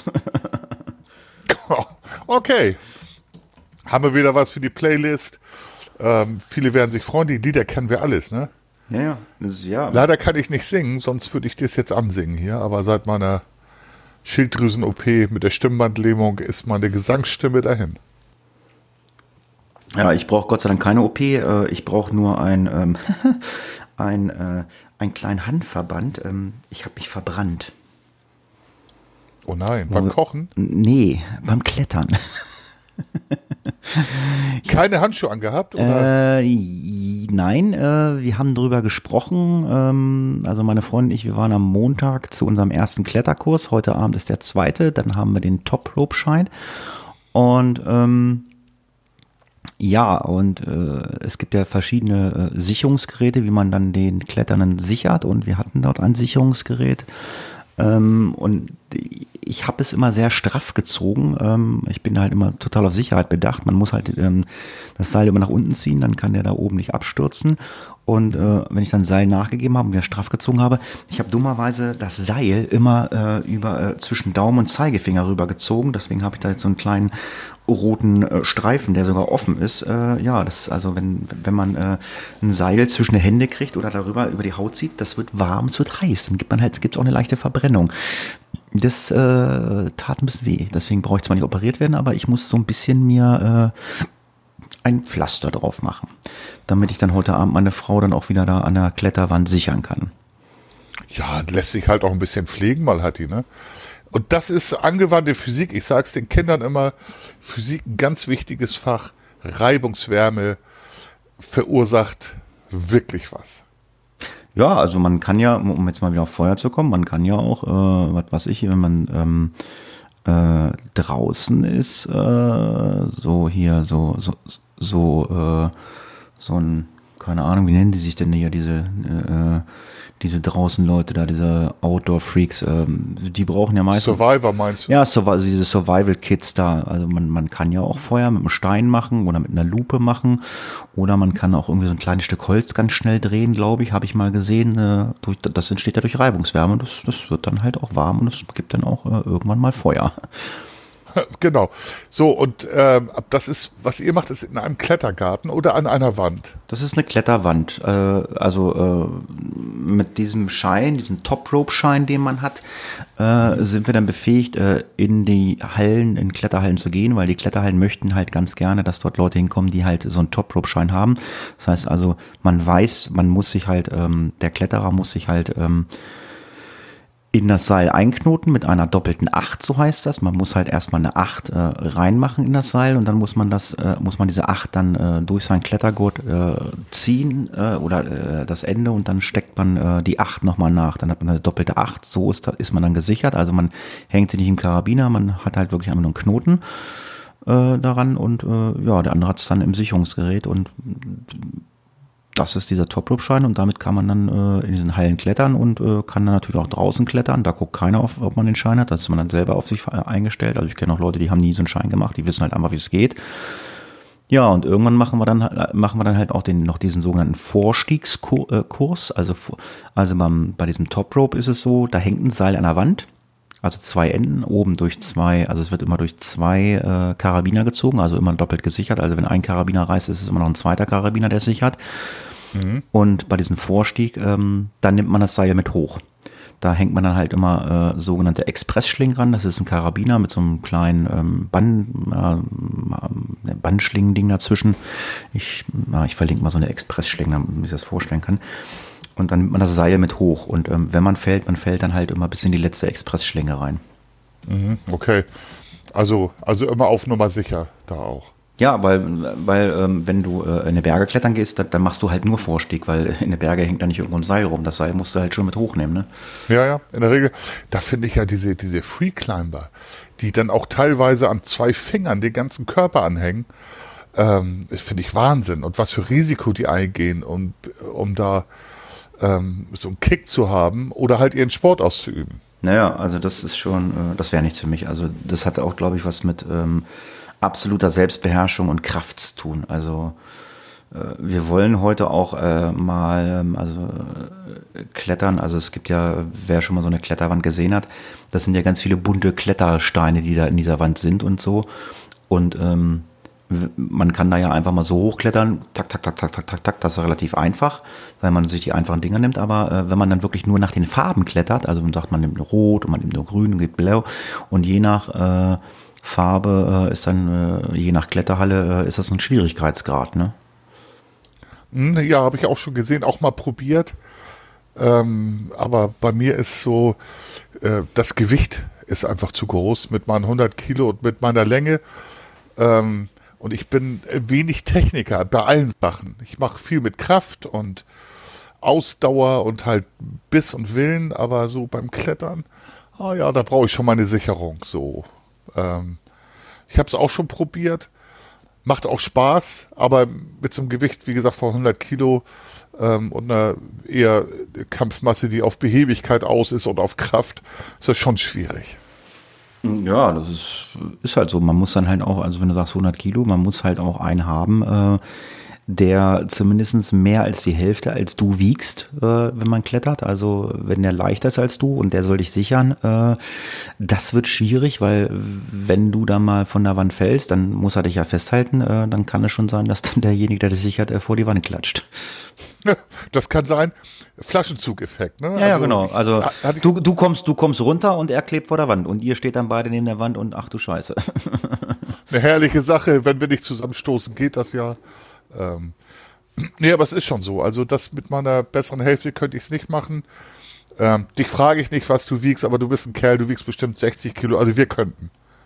Okay. Haben wir wieder was für die Playlist. Viele werden sich freuen, die Lieder kennen wir alles, ne? Ja, das ist, ja. Leider kann ich nicht singen, sonst würde ich das jetzt ansingen hier, aber seit meiner Schilddrüsen-OP mit der Stimmbandlähmung ist meine Gesangsstimme dahin. Ja, ich brauche Gott sei Dank keine OP, ich brauche nur einen kleinen Handverband. Ich habe mich verbrannt. Oh nein, beim Kochen? Nee, beim Klettern. Keine Handschuhe angehabt? Oder? Nein, wir haben drüber gesprochen. Also meine Freundin und ich, wir waren am Montag zu unserem ersten Kletterkurs. Heute Abend ist der zweite. Dann haben wir den Top-Rope-Schein. Und es gibt ja verschiedene Sicherungsgeräte, wie man dann den Kletternden sichert. Und wir hatten dort ein Sicherungsgerät. Und ich habe es immer sehr straff gezogen. Ich bin halt immer total auf Sicherheit bedacht. Man muss halt das Seil immer nach unten ziehen, dann kann der da oben nicht abstürzen. Und wenn ich dann Seil nachgegeben habe und wieder straff gezogen habe, ich habe dummerweise das Seil immer zwischen Daumen und Zeigefinger rübergezogen. Deswegen habe ich da jetzt so einen kleinen roten Streifen, der sogar offen ist. Das ist also, wenn man ein Seil zwischen die Hände kriegt oder darüber über die Haut zieht, das wird warm, es wird heiß. Dann gibt es auch eine leichte Verbrennung. Das tat ein bisschen weh. Deswegen brauche ich zwar nicht operiert werden, aber ich muss so ein bisschen mir ein Pflaster drauf machen, damit ich dann heute Abend meine Frau dann auch wieder da an der Kletterwand sichern kann. Ja, lässt sich halt auch ein bisschen pflegen, mal hat die, ne? Und das ist angewandte Physik. Ich sag's den Kindern immer, Physik ein ganz wichtiges Fach. Reibungswärme verursacht wirklich was. Ja, also man kann ja, um jetzt mal wieder auf Feuer zu kommen, man kann ja auch, wenn man draußen ist, so ein, keine Ahnung, wie nennen die sich denn hier, diese draußen Leute da, diese Outdoor-Freaks, die brauchen ja meistens... Survivor meinst du? Ja, diese Survival-Kits da. Also man kann ja auch Feuer mit einem Stein machen oder mit einer Lupe machen. Oder man kann auch irgendwie so ein kleines Stück Holz ganz schnell drehen, glaube ich, habe ich mal gesehen. Das entsteht ja durch Reibungswärme und das wird dann halt auch warm und es gibt dann auch irgendwann mal Feuer. Genau. So, und das ist, was ihr macht, ist in einem Klettergarten oder an einer Wand? Das ist eine Kletterwand. Mit diesem Schein, diesem Top-Rope-Schein, den man hat, sind wir dann befähigt, in die Hallen, in Kletterhallen zu gehen, weil die Kletterhallen möchten halt ganz gerne, dass dort Leute hinkommen, die halt so einen Top-Rope-Schein haben. Das heißt also, man weiß, man muss sich halt, der Kletterer muss sich halt in das Seil einknoten mit einer doppelten 8, so heißt das. Man muss halt erstmal eine 8 reinmachen in das Seil und dann muss man diese 8 dann durch seinen Klettergurt ziehen oder das Ende und dann steckt man die 8 nochmal nach. Dann hat man eine doppelte 8, so ist man dann gesichert. Also man hängt sie nicht im Karabiner, man hat halt wirklich einfach nur einen Knoten daran und der andere hat es dann im Sicherungsgerät und das ist dieser Top-Rope-Schein und damit kann man dann in diesen Hallen klettern und kann dann natürlich auch draußen klettern. Da guckt keiner, ob man den Schein hat. Das ist man dann selber auf sich eingestellt. Also ich kenne auch Leute, die haben nie so einen Schein gemacht. Die wissen halt einfach, wie es geht. Ja, und irgendwann machen wir dann halt auch noch diesen sogenannten Vorstiegskurs. Also bei diesem Top-Rope ist es so, da hängt ein Seil an der Wand. Also 2 Enden, oben durch 2, also es wird immer durch 2 Karabiner gezogen, also immer doppelt gesichert. Also wenn ein Karabiner reißt, ist es immer noch ein zweiter Karabiner, der sichert. Mhm. Und bei diesem Vorstieg, dann nimmt man das Seil mit hoch. Da hängt man dann halt immer sogenannte Expressschlingen ran. Das ist ein Karabiner mit so einem kleinen Bandschlingen-Ding dazwischen. Ich verlinke mal so eine Expressschlinge, damit man sich das vorstellen kann. Und dann nimmt man das Seil mit hoch. Und wenn man fällt dann halt immer bis in die letzte Expressschlinge rein. Okay. Also immer auf Nummer sicher da auch. Ja, weil wenn du in die Berge klettern gehst, dann machst du halt nur Vorstieg, weil in den Berge hängt da nicht irgendwo ein Seil rum. Das Seil musst du halt schon mit hochnehmen, ne? Ja, in der Regel. Da finde ich ja diese Freeclimber, die dann auch teilweise an 2 Fingern den ganzen Körper anhängen, finde ich Wahnsinn. Und was für Risiko die eingehen, um da so einen Kick zu haben oder halt ihren Sport auszuüben. Naja, also das ist schon, das wäre nichts für mich. Also das hat auch, glaube ich, was mit absoluter Selbstbeherrschung und Kraft zu tun. Also wir wollen heute auch mal klettern. Also es gibt ja, wer schon mal so eine Kletterwand gesehen hat, das sind ja ganz viele bunte Klettersteine, die da in dieser Wand sind und so. Und man kann da ja einfach mal so hochklettern, tak, tak, tak, tak, tak, tak, tak, das ist relativ einfach, weil man sich die einfachen Dinger nimmt, aber wenn man dann wirklich nur nach den Farben klettert, also man sagt, man nimmt nur Rot und man nimmt nur Grün und geht Blau und je nach Farbe ist dann, je nach Kletterhalle ist das ein Schwierigkeitsgrad, ne? Ja, habe ich auch schon gesehen, auch mal probiert, aber bei mir ist so das Gewicht ist einfach zu groß mit meinen 100 Kilo und mit meiner Länge. Und ich bin wenig Techniker bei allen Sachen. Ich mache viel mit Kraft und Ausdauer und halt Biss und Willen, aber so beim Klettern, da brauche ich schon mal eine Sicherung. So, ich habe es auch schon probiert, macht auch Spaß, aber mit so einem Gewicht, wie gesagt, von 100 Kilo und einer eher Kampfmasse, die auf Behebigkeit aus ist und auf Kraft, ist das schon schwierig. Ja, das ist halt so. Man muss dann halt auch, also wenn du sagst 100 Kilo, man muss halt auch einen haben, der zumindest mehr als die Hälfte als du wiegst, wenn man klettert. Also wenn der leichter ist als du und der soll dich sichern, das wird schwierig, weil wenn du da mal von der Wand fällst, dann muss er dich ja festhalten. Dann kann es schon sein, dass dann derjenige, der dich sichert, vor die Wand klatscht. Das kann sein. Flaschenzug-Effekt, ne? Ja, genau. Also du kommst runter und er klebt vor der Wand und ihr steht dann beide neben der Wand und ach du Scheiße. Eine herrliche Sache, wenn wir nicht zusammenstoßen, geht das ja. Nee, aber es ist schon so. Also das mit meiner besseren Hälfte könnte ich es nicht machen. Dich frage ich nicht, was du wiegst, aber du bist ein Kerl, du wiegst bestimmt 60 Kilo, also wir könnten.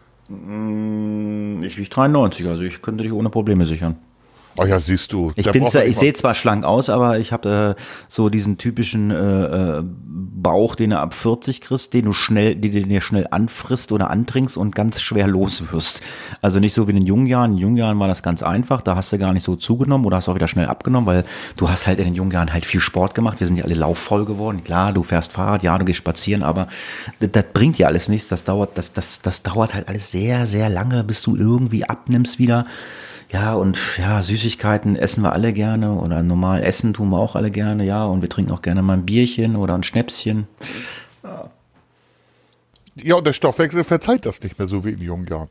Ich wiege 93, also ich könnte dich ohne Probleme sichern. Oh ja, siehst du. Ich sehe zwar schlank aus, aber ich habe so diesen typischen Bauch, den du ab 40 kriegst, den du dir schnell anfrisst oder antrinkst und ganz schwer los wirst. Also nicht so wie in den jungen Jahren. In den jungen Jahren war das ganz einfach, da hast du gar nicht so zugenommen oder hast auch wieder schnell abgenommen, weil du hast halt in den jungen Jahren halt viel Sport gemacht. Wir sind ja alle laufvoll geworden. Klar, du fährst Fahrrad, ja, du gehst spazieren, aber das bringt ja alles nichts. Das dauert halt alles sehr, sehr lange, bis du irgendwie abnimmst wieder. Ja, und ja, Süßigkeiten essen wir alle gerne oder normal essen tun wir auch alle gerne, ja, und wir trinken auch gerne mal ein Bierchen oder ein Schnäpschen. Ja, und der Stoffwechsel verzeiht das nicht mehr so wie in jungen Jahren.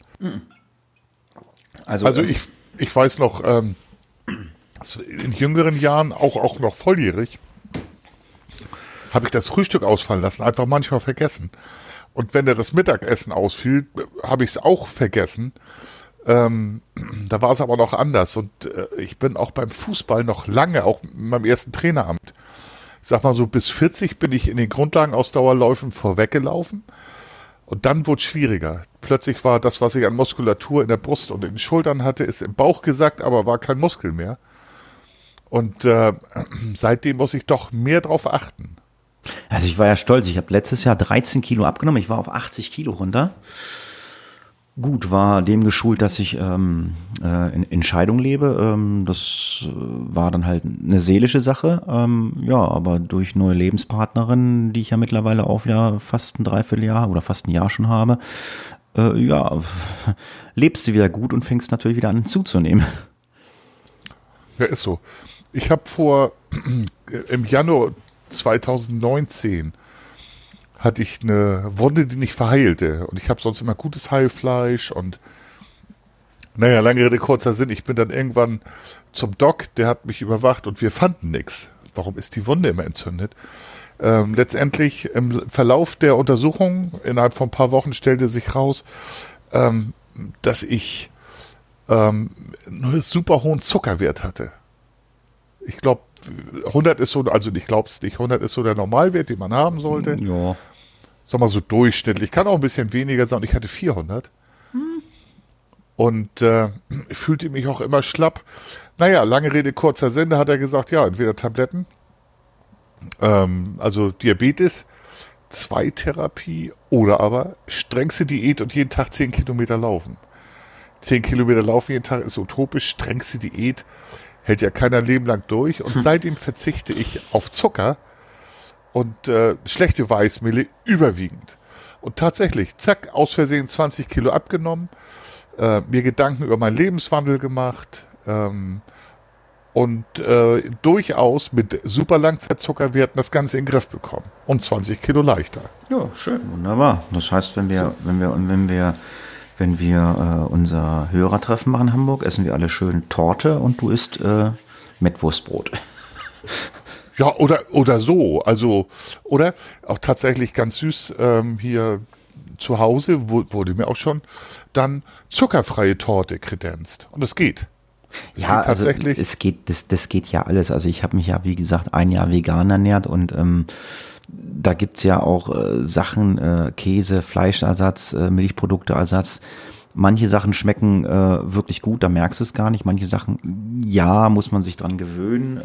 Also ich weiß noch, in jüngeren Jahren, auch noch volljährig, habe ich das Frühstück ausfallen lassen, einfach manchmal vergessen. Und wenn das Mittagessen ausfiel, habe ich es auch vergessen. Da war es aber noch anders und ich bin auch beim Fußball noch lange, auch in meinem ersten Traineramt, ich sag mal so bis 40 bin ich in den Grundlagenausdauerläufen vorweggelaufen und dann wurde es schwieriger. Plötzlich war das, was ich an Muskulatur in der Brust und in den Schultern hatte, ist im Bauch gesackt, aber war kein Muskel mehr. Und seitdem muss ich doch mehr drauf achten. Also ich war ja stolz, ich habe letztes Jahr 13 Kilo abgenommen, ich war auf 80 Kilo runter. Gut, war dem geschult, dass ich in Scheidung lebe. Das war dann halt eine seelische Sache. Ja, aber durch neue Lebenspartnerin, die ich ja mittlerweile auch wieder fast ein Dreivierteljahr oder fast ein Jahr schon habe, ja, lebst du wieder gut und fängst natürlich wieder an zuzunehmen. Ja, ist so. Ich habe im Januar 2019 hatte ich eine Wunde, die nicht verheilte. Und ich habe sonst immer gutes Heilfleisch und naja, lange Rede, kurzer Sinn. Ich bin dann irgendwann zum Doc, der hat mich überwacht und wir fanden nichts. Warum ist die Wunde immer entzündet? Letztendlich im Verlauf der Untersuchung, innerhalb von ein paar Wochen stellte sich raus, dass ich einen super hohen Zuckerwert hatte. Ich glaube, 100 ist so, also ich glaube es nicht, 100 ist so der Normalwert, den man haben sollte. Ja. Sag mal so durchschnittlich. Kann auch ein bisschen weniger sein. Ich hatte 400. Und fühlte mich auch immer schlapp. Naja, lange Rede, kurzer Sinn, da hat er gesagt, ja, entweder Tabletten, also Diabetes, 2-Therapie oder aber strengste Diät und jeden Tag 10 Kilometer laufen. 10 Kilometer laufen jeden Tag ist utopisch, strengste Diät hält ja keiner Leben lang durch. Und seitdem verzichte ich auf Zucker und schlechte Weißmehle überwiegend. Und tatsächlich, zack, aus Versehen 20 Kilo abgenommen, mir Gedanken über meinen Lebenswandel gemacht und durchaus mit super Langzeitzuckerwerten das Ganze in den Griff bekommen. Und 20 Kilo leichter. Ja, schön, wunderbar. Das heißt, wenn wir unser Hörertreffen machen in Hamburg, essen wir alle schön Torte und du isst Mettwurstbrot. Ja, oder so. Also, oder auch tatsächlich ganz süß hier zu Hause wurde mir auch schon dann zuckerfreie Torte kredenzt. Und es geht. Es ja, geht tatsächlich. Also das geht ja alles. Also ich habe mich ja, wie gesagt, ein Jahr vegan ernährt und da gibt's ja auch Sachen, Käse, Fleischersatz, Milchprodukteersatz. Manche Sachen schmecken wirklich gut, da merkst du es gar nicht. Manche Sachen, ja, muss man sich dran gewöhnen.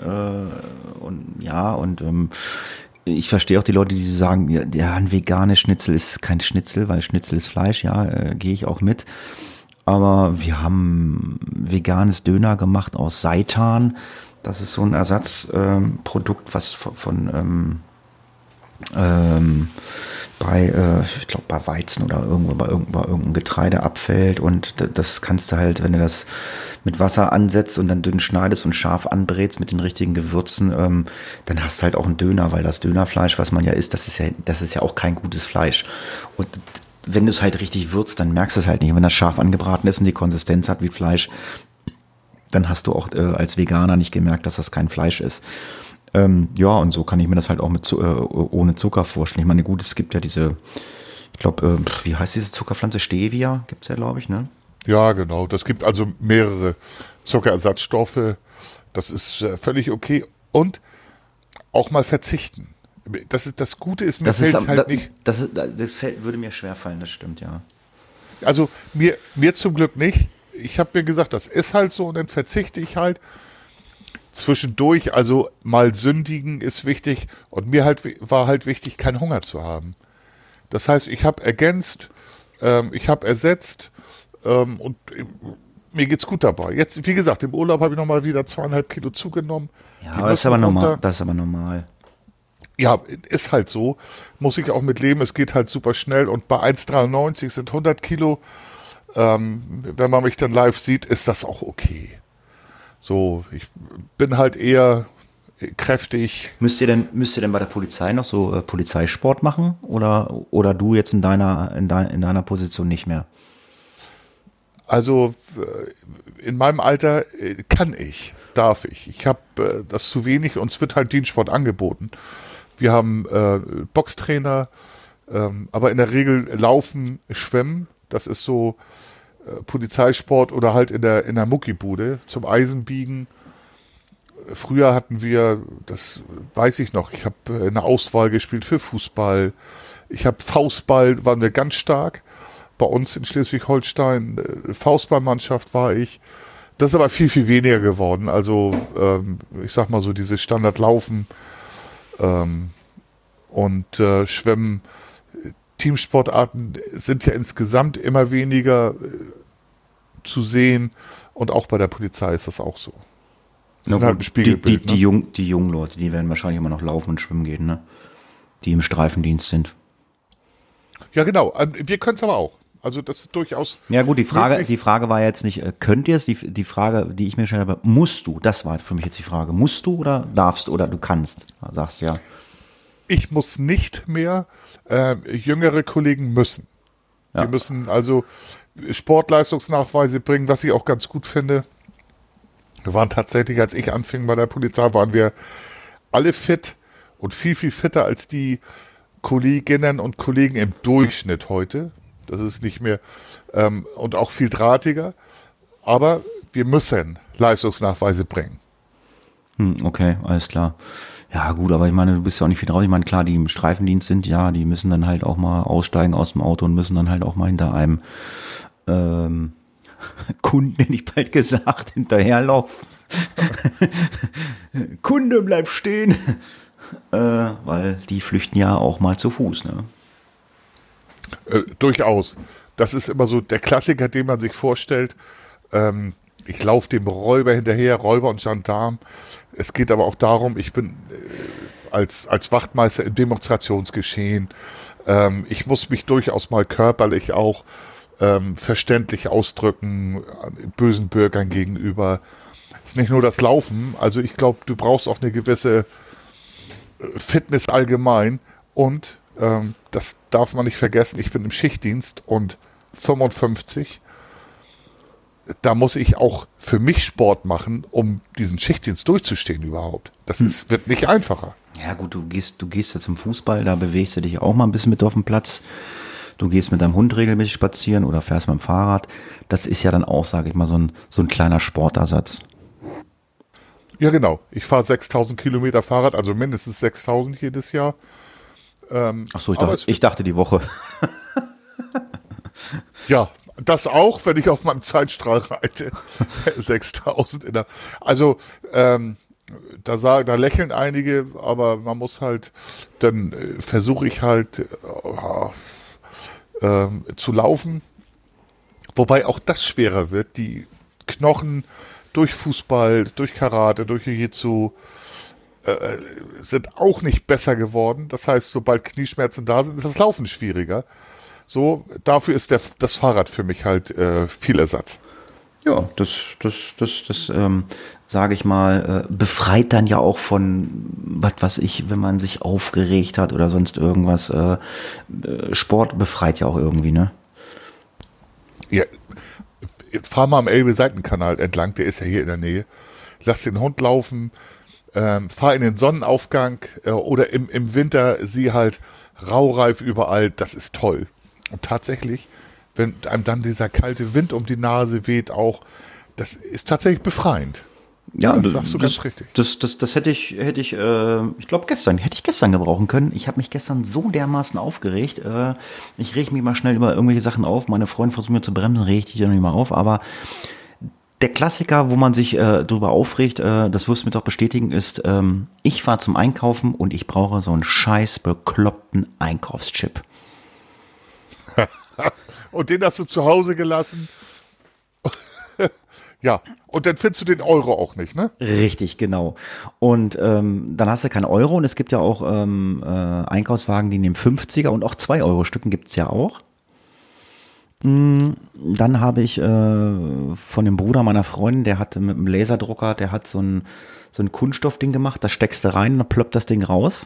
Ich verstehe auch die Leute, die sagen, ja, ein veganes Schnitzel ist kein Schnitzel, weil Schnitzel ist Fleisch, ja, gehe ich auch mit. Aber wir haben veganes Döner gemacht aus Seitan. Das ist so ein Ersatzprodukt, was ich glaube bei Weizen oder irgendwo bei irgendeinem Getreide abfällt, und das kannst du halt, wenn du das mit Wasser ansetzt und dann dünn schneidest und scharf anbrätst mit den richtigen Gewürzen, dann hast du halt auch einen Döner, weil das Dönerfleisch, was man ja isst, das ist ja auch kein gutes Fleisch. Und wenn du es halt richtig würzt, dann merkst du es halt nicht. Und wenn das scharf angebraten ist und die Konsistenz hat wie Fleisch, dann hast du auch als Veganer nicht gemerkt, dass das kein Fleisch ist. Ja, und so kann ich mir das halt auch ohne Zucker vorstellen. Ich meine, gut, es gibt ja diese, ich glaube, wie heißt diese Zuckerpflanze? Stevia gibt's ja, glaube ich, ne? Ja, genau. Das gibt also mehrere Zuckerersatzstoffe. Das ist völlig okay. Und auch mal verzichten. Das Gute ist, mir fällt es halt nicht. Das würde mir schwerfallen, das stimmt, ja. Also mir zum Glück nicht. Ich habe mir gesagt, das ist halt so, und dann verzichte ich halt. Zwischendurch, also mal sündigen ist wichtig, und mir war halt wichtig, keinen Hunger zu haben. Das heißt, ich habe ergänzt, ich habe ersetzt, und mir geht's gut dabei. Jetzt, wie gesagt, im Urlaub habe ich nochmal wieder 2,5 Kilo zugenommen. Ja, aber das ist aber normal. Ja, ist halt so. Muss ich auch mit leben. Es geht halt super schnell, und bei 1,93 sind 100 Kilo. Wenn man mich dann live sieht, ist das auch okay. So, ich bin halt eher kräftig. Müsst ihr denn bei der Polizei noch so Polizeisport machen, oder du jetzt in deiner Position nicht mehr? Also in meinem Alter darf ich. Ich habe das zu wenig, und es wird halt Dienstsport angeboten. Wir haben Boxtrainer, aber in der Regel Laufen, Schwimmen, das ist so Polizeisport, oder halt in der Muckibude zum Eisenbiegen. Früher hatten wir, das weiß ich noch, ich habe eine Auswahl gespielt für Fußball. Ich habe Faustball, waren wir ganz stark. Bei uns in Schleswig-Holstein, Faustballmannschaft war ich. Das ist aber viel, viel weniger geworden. Also ich sag mal so, dieses Standardlaufen und Schwimmen, Teamsportarten sind ja insgesamt immer weniger zu sehen, und auch bei der Polizei ist das auch so. Das ist halt ein Spiegelbild, die jungen Leute, die werden wahrscheinlich immer noch laufen und schwimmen gehen, ne? Die im Streifendienst sind. Ja, genau. Wir können es aber auch. Also das ist durchaus. Ja gut, die Frage war jetzt nicht, könnt ihr es? Die Frage, die ich mir gestellt habe, musst du? Das war für mich jetzt die Frage. Musst du oder darfst du oder du kannst? Da sagst ja. Ich muss nicht mehr. Jüngere Kollegen müssen. Ja. Die müssen also Sportleistungsnachweise bringen, was ich auch ganz gut finde. Wir waren tatsächlich, als ich anfing bei der Polizei, waren wir alle fit und viel, viel fitter als die Kolleginnen und Kollegen im Durchschnitt heute. Das ist nicht mehr, und auch viel drahtiger. Aber wir müssen Leistungsnachweise bringen. Okay, alles klar. Ja gut, aber ich meine, du bist ja auch nicht viel drauf. Ich meine, klar, die im Streifendienst sind, ja, die müssen dann halt auch mal aussteigen aus dem Auto und müssen dann halt auch mal hinter einem Kunden, hätte ich bald gesagt, hinterherlaufen. Kunde, bleib stehen. Weil die flüchten ja auch mal zu Fuß, ne? Durchaus. Das ist immer so der Klassiker, den man sich vorstellt. Ich laufe dem Räuber hinterher, Räuber und Gendarm. Es geht aber auch darum, ich bin als Wachtmeister im Demonstrationsgeschehen. Ich muss mich durchaus mal körperlich auch verständlich ausdrücken, bösen Bürgern gegenüber. Es ist nicht nur das Laufen. Also ich glaube, du brauchst auch eine gewisse Fitness allgemein. Und das darf man nicht vergessen, ich bin im Schichtdienst und 55. Da muss ich auch für mich Sport machen, um diesen Schichtdienst durchzustehen überhaupt. Das wird nicht einfacher. Ja gut, du gehst ja zum Fußball, da bewegst du dich auch mal ein bisschen mit auf dem Platz. Du gehst mit deinem Hund regelmäßig spazieren oder fährst mit dem Fahrrad. Das ist ja dann auch, sage ich mal, so ein kleiner Sportersatz. Ja genau, ich fahre 6.000 Kilometer Fahrrad, also mindestens 6.000 jedes Jahr. Ach so, ich dachte die Woche. Ja, das auch, wenn ich auf meinem Zeitstrahl reite. 6.000 also, da lächeln einige, aber man muss halt, dann versuche ich halt zu laufen. Wobei auch das schwerer wird. Die Knochen durch Fußball, durch Karate, durch Jiu-Jitsu sind auch nicht besser geworden. Das heißt, sobald Knieschmerzen da sind, ist das Laufen schwieriger. So, dafür ist das Fahrrad für mich halt viel Ersatz. Ja, das sage ich mal, befreit dann ja auch von, was weiß ich, wenn man sich aufgeregt hat oder sonst irgendwas. Sport befreit ja auch irgendwie, ne? Ja, fahr mal am Elbe-Seitenkanal entlang, der ist ja hier in der Nähe. Lass den Hund laufen, fahr in den Sonnenaufgang oder im Winter sieh halt raureif überall, das ist toll. Und tatsächlich, wenn einem dann dieser kalte Wind um die Nase weht auch, das ist tatsächlich befreiend. Ja, das sagst du ganz richtig. Das hätte ich glaube gestern gebrauchen können. Ich habe mich gestern so dermaßen aufgeregt. Ich reg mich mal schnell über irgendwelche Sachen auf. Meine Freundin versucht mir zu bremsen, reg ich dann nicht mal auf. Aber der Klassiker, wo man sich drüber aufregt, das wirst du mir doch bestätigen, ist, ich fahre zum Einkaufen und ich brauche so einen scheiß bekloppten Einkaufschip. Und den hast du zu Hause gelassen. Ja, und dann findest du den Euro auch nicht, ne? Richtig, genau. Und dann hast du keinen Euro und es gibt ja auch Einkaufswagen, die nehmen 50er und auch 2-Euro-Stücken gibt's ja auch. Dann habe ich von dem Bruder meiner Freundin, der hatte mit einem Laserdrucker, der hat so ein Kunststoffding gemacht, da steckst du rein und dann ploppt das Ding raus.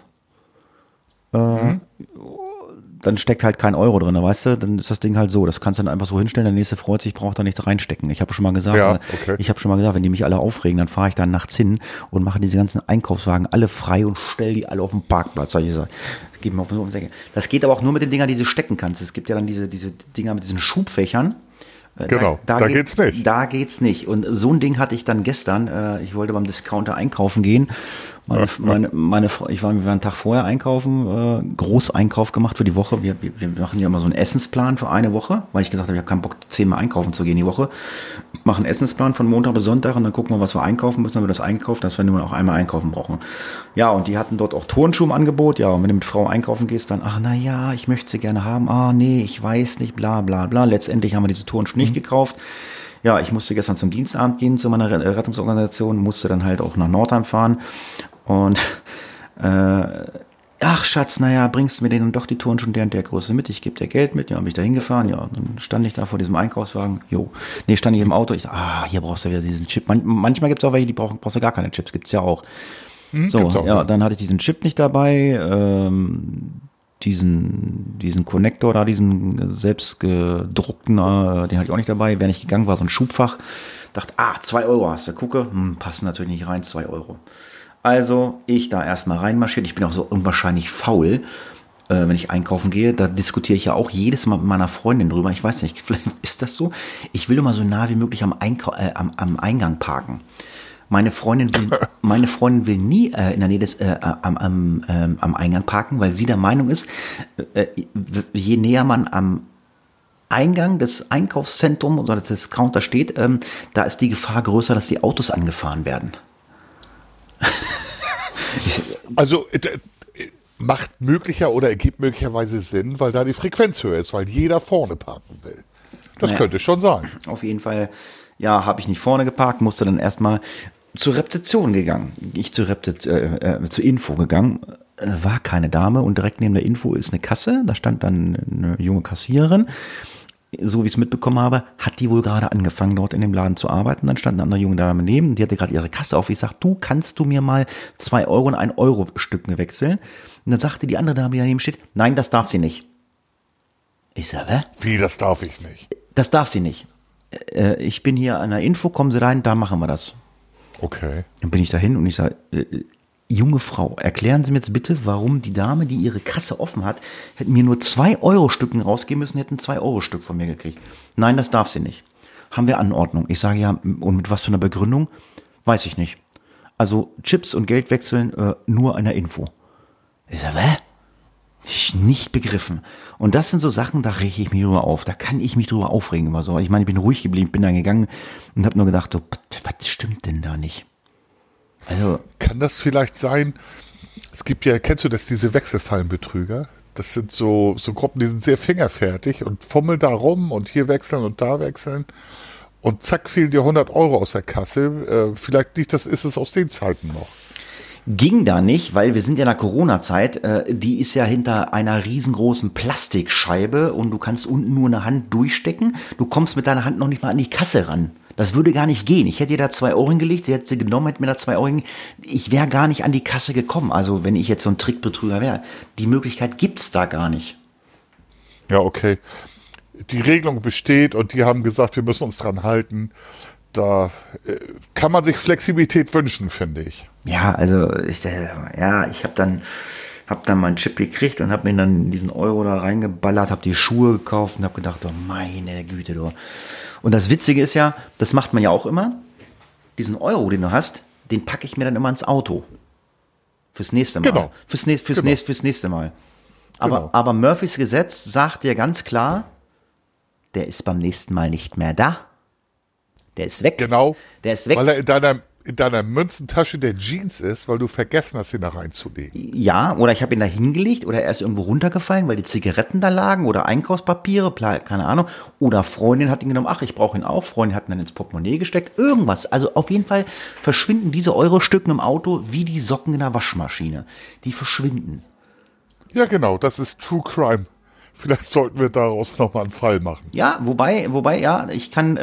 Dann steckt halt kein Euro drin, weißt du, dann ist das Ding halt so, das kannst du dann einfach so hinstellen, der nächste freut sich, braucht da nichts reinstecken. Ich habe schon mal gesagt, wenn die mich alle aufregen, dann fahre ich da nachts hin und mache diese ganzen Einkaufswagen alle frei und stell die alle auf den Parkplatz. Das geht mir auf den Säcke. Das geht aber auch nur mit den Dingern, die du stecken kannst. Es gibt ja dann diese Dinger mit diesen Schubfächern. Genau, da geht's nicht. Da geht's nicht. Und so ein Ding hatte ich dann gestern. Ich wollte beim Discounter einkaufen gehen. Wir waren einen Tag vorher einkaufen, Großeinkauf gemacht für die Woche. Wir machen ja immer so einen Essensplan für eine Woche, weil ich gesagt habe, ich habe keinen Bock, 10-mal einkaufen zu gehen die Woche. Machen einen Essensplan von Montag bis Sonntag und dann gucken wir, was wir einkaufen müssen. Dann wird das eingekauft, dass wir nur noch einmal einkaufen brauchen. Ja, und die hatten dort auch Turnschuhe im Angebot. Ja, und wenn du mit Frau einkaufen gehst, dann, ich möchte sie gerne haben. Nee, ich weiß nicht, bla bla bla. Letztendlich haben wir diese Turnschuhe nicht gekauft. Ja, ich musste gestern zum Dienstabend gehen zu meiner Rettungsorganisation, musste dann halt auch nach Nordheim fahren. Und Schatz, bringst du mir denn doch die Turnschuhe der und der Größe mit? Ich gebe dir Geld mit. Ja, bin ich da hingefahren. Ja, dann stand ich da vor diesem Einkaufswagen. Stand ich im Auto. Ich sag, hier brauchst du wieder diesen Chip. Manchmal gibt es auch welche, die brauchst du gar keine Chips. Gibt's ja auch. Dann hatte ich diesen Chip nicht dabei. Diesen Connector da, diesen selbstgedruckten, den hatte ich auch nicht dabei. Wäre nicht gegangen, war so ein Schubfach. Dachte, 2 Euro hast du. Gucke, passen natürlich nicht rein, 2 Euro. Also ich da erstmal reinmarschiert. Ich bin auch so unwahrscheinlich faul, wenn ich einkaufen gehe. Da diskutiere ich ja auch jedes Mal mit meiner Freundin drüber. Ich weiß nicht, vielleicht ist das so. Ich will immer so nah wie möglich am Eingang parken. Meine Freundin will nie in der Nähe des am Eingang parken, weil sie der Meinung ist, je näher man am Eingang des Einkaufszentrums oder des Discounter steht, da ist die Gefahr größer, dass die Autos angefahren werden. Also macht ergibt möglicherweise Sinn, weil da die Frequenz höher ist, weil jeder vorne parken will. Das könnte schon sein. Auf jeden Fall, habe ich nicht vorne geparkt, musste dann erstmal zur Rezeption gegangen. Zur Info gegangen, war keine Dame und direkt neben der Info ist eine Kasse, da stand dann eine junge Kassiererin. So wie ich es mitbekommen habe, hat die wohl gerade angefangen, dort in dem Laden zu arbeiten. Dann stand eine andere junge Dame neben, die hatte gerade ihre Kasse auf. Ich sag, kannst du mir mal 2 Euro in 1 Euro Stücken wechseln? Und dann sagte die andere Dame, die daneben steht, nein, das darf sie nicht. Ich sag, hä? Wie, das darf ich nicht? Das darf sie nicht. Ich bin hier an der Info, kommen Sie rein, da machen wir das. Okay. Dann bin ich dahin und ich sage, junge Frau, erklären Sie mir jetzt bitte, warum die Dame, die ihre Kasse offen hat, hätten mir nur 2 Euro Stücken rausgeben müssen, hätten 2 Euro Stück von mir gekriegt. Nein, das darf sie nicht. Haben wir Anordnung. Ich sage, ja, und mit was für einer Begründung? Weiß ich nicht. Also Chips und Geld wechseln nur an der Info. Ich sage, hä? Nicht begriffen. Und das sind so Sachen, da rege ich mich drüber auf. Da kann ich mich drüber aufregen immer so. Ich meine, ich bin ruhig geblieben, bin dann gegangen und habe nur gedacht, so, was stimmt denn da nicht? Also Kann das vielleicht sein, es gibt ja, kennst du das, diese Wechselfallenbetrüger? Das sind so Gruppen, die sind sehr fingerfertig und fummeln da rum und hier wechseln und da wechseln. Und zack, fehlen dir 100 Euro aus der Kasse. Vielleicht nicht, das ist es aus den Zeiten noch. ging da nicht, weil wir sind ja in der Corona-Zeit, die ist ja hinter einer riesengroßen Plastikscheibe und du kannst unten nur eine Hand durchstecken. Du kommst mit deiner Hand noch nicht mal an die Kasse ran. Das würde gar nicht gehen. Ich hätte ihr da 2 Euro hingelegt, sie hätte sie genommen, hätte mir da 2 Euro hingelegt. Ich wäre gar nicht an die Kasse gekommen. Also wenn ich jetzt so ein Trickbetrüger wäre. Die Möglichkeit gibt's da gar nicht. Ja, okay. Die Regelung besteht und die haben gesagt, wir müssen uns dran halten. Da kann man sich Flexibilität wünschen, finde ich. Ja, also ich habe dann meinen Chip gekriegt und habe mir dann diesen Euro da reingeballert, habe die Schuhe gekauft und habe gedacht, oh meine Güte, du. Und das Witzige ist ja, das macht man ja auch immer, diesen Euro, den du hast, den packe ich mir dann immer ins Auto. Fürs nächste Mal. Genau. Fürs nächste Mal. Aber Murphys Gesetz sagt dir ganz klar, der ist beim nächsten Mal nicht mehr da. Der ist weg. Genau. Der ist weg. Weil er in deiner Münzentasche der Jeans ist, weil du vergessen hast, ihn da reinzulegen. Ja, oder ich habe ihn da hingelegt oder er ist irgendwo runtergefallen, weil die Zigaretten da lagen oder Einkaufspapiere, keine Ahnung. Oder Freundin hat ihn genommen, ach, ich brauche ihn auch. Freundin hat ihn dann ins Portemonnaie gesteckt. Irgendwas. Also auf jeden Fall verschwinden diese Euro-Stücken im Auto wie die Socken in der Waschmaschine. Die verschwinden. Ja, genau. Das ist True Crime. Vielleicht sollten wir daraus nochmal einen Fall machen. Ja, wobei, ja, ich kann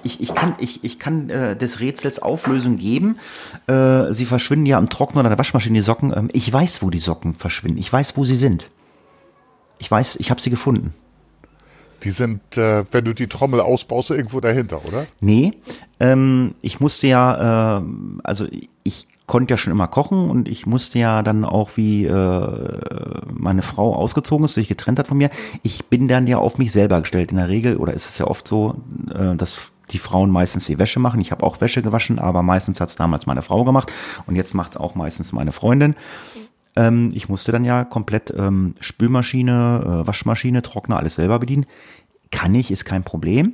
des Rätsels Auflösung geben. Sie verschwinden ja am Trockner oder der Waschmaschine, die Socken. Ich weiß, wo die Socken verschwinden. Ich weiß, wo sie sind. Ich weiß, ich habe sie gefunden. Die sind, wenn du die Trommel ausbaust, irgendwo dahinter, oder? Nee, ich musste ja, also ich konnte ja schon immer kochen und ich musste ja dann auch, wie meine Frau ausgezogen ist, sich getrennt hat von mir, ich bin dann ja auf mich selber gestellt. In der Regel, oder ist es ja oft so, dass die Frauen meistens die Wäsche machen. Ich habe auch Wäsche gewaschen, aber meistens hat es damals meine Frau gemacht und jetzt macht es auch meistens meine Freundin. Ich musste dann ja komplett Spülmaschine, Waschmaschine, Trockner, alles selber bedienen. Kann ich, ist kein Problem.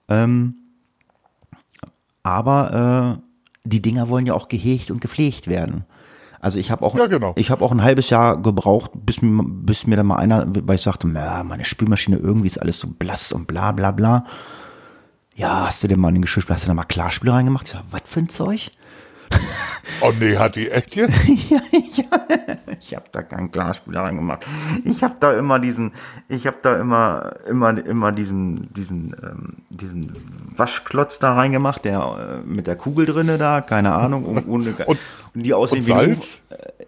Aber die Dinger wollen ja auch gehegt und gepflegt werden. Also ich habe auch, ja, genau. Ich habe auch ein halbes Jahr gebraucht, bis mir dann mal einer, weil ich sagte, meine Spülmaschine, irgendwie ist alles so blass und bla bla bla. Ja, hast du denn mal in den Geschirrspüler, hast du da mal Klarspüler reingemacht? Ich sag, was für ein Zeug? Oh nee, hat die echt jetzt? ja, ich habe da keinen Klarspüler reingemacht. Ich habe da immer diesen Waschklotz da reingemacht, der mit der Kugel drinne da, keine Ahnung, und die aussehen und wie Salz?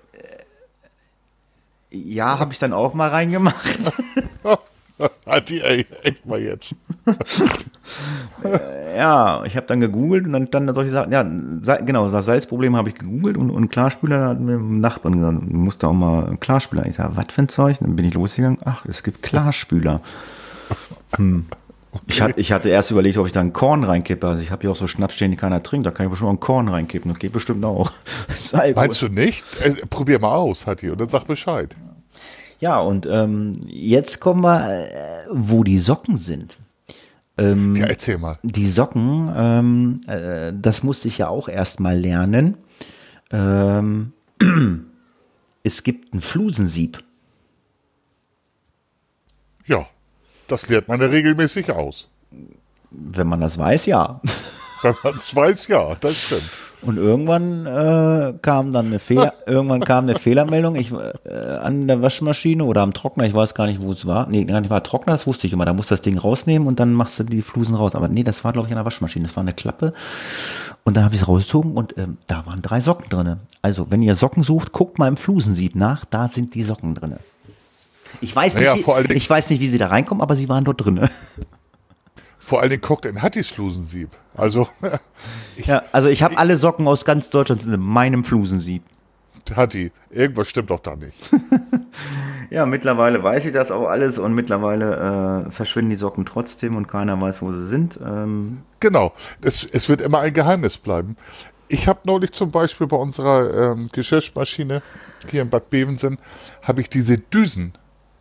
Ja, habe ich dann auch mal reingemacht. Hat die echt mal jetzt? Ja, ich habe dann gegoogelt und dann solche Sachen, ja, genau, das Salzproblem habe ich gegoogelt und Klarspüler hat mir ein Nachbarn gesagt, du musst da auch mal einen Klarspüler. Ich sage, was für ein Zeug? Dann bin ich losgegangen, ach, es gibt Klarspüler. Okay. Ich hatte erst überlegt, ob ich da einen Korn reinkippe. Also ich habe hier auch so Schnaps stehen, die keiner trinkt, da kann ich bestimmt auch einen Korn reinkippen. Das geht bestimmt auch. Meinst du nicht? Probier mal aus, Hatti, und dann sag Bescheid. Ja, und jetzt kommen wir, wo die Socken sind. Ja, erzähl mal. Die Socken, das musste ich ja auch erst mal lernen. Es gibt ein Flusensieb. Ja, das lernt man ja regelmäßig aus. Wenn man das weiß, ja. Wenn man es weiß, ja, das stimmt. Und irgendwann kam dann eine Fehlermeldung an der Waschmaschine oder am Trockner, ich weiß gar nicht, wo es war. Nee, gar nicht war Trockner, das wusste ich immer. Da musst du das Ding rausnehmen und dann machst du die Flusen raus. Aber nee, das war, glaube ich, an der Waschmaschine. Das war eine Klappe. Und dann habe ich es rausgezogen und da waren 3 Socken drin. Also, wenn ihr Socken sucht, guckt mal im Flusensieb nach, da sind die Socken drin. Ich weiß nicht, wie sie da reinkommen, aber sie waren dort drin. Vor allen Dingen guckt in Hattis Flusensieb. Also, ich habe alle Socken aus ganz Deutschland in meinem Flusensieb. Hatti, irgendwas stimmt doch da nicht. Ja, mittlerweile weiß ich das auch alles und mittlerweile verschwinden die Socken trotzdem und keiner weiß, wo sie sind. Genau, es wird immer ein Geheimnis bleiben. Ich habe neulich zum Beispiel bei unserer Geschirrmaschine hier in Bad Bevensen, habe ich diese Düsen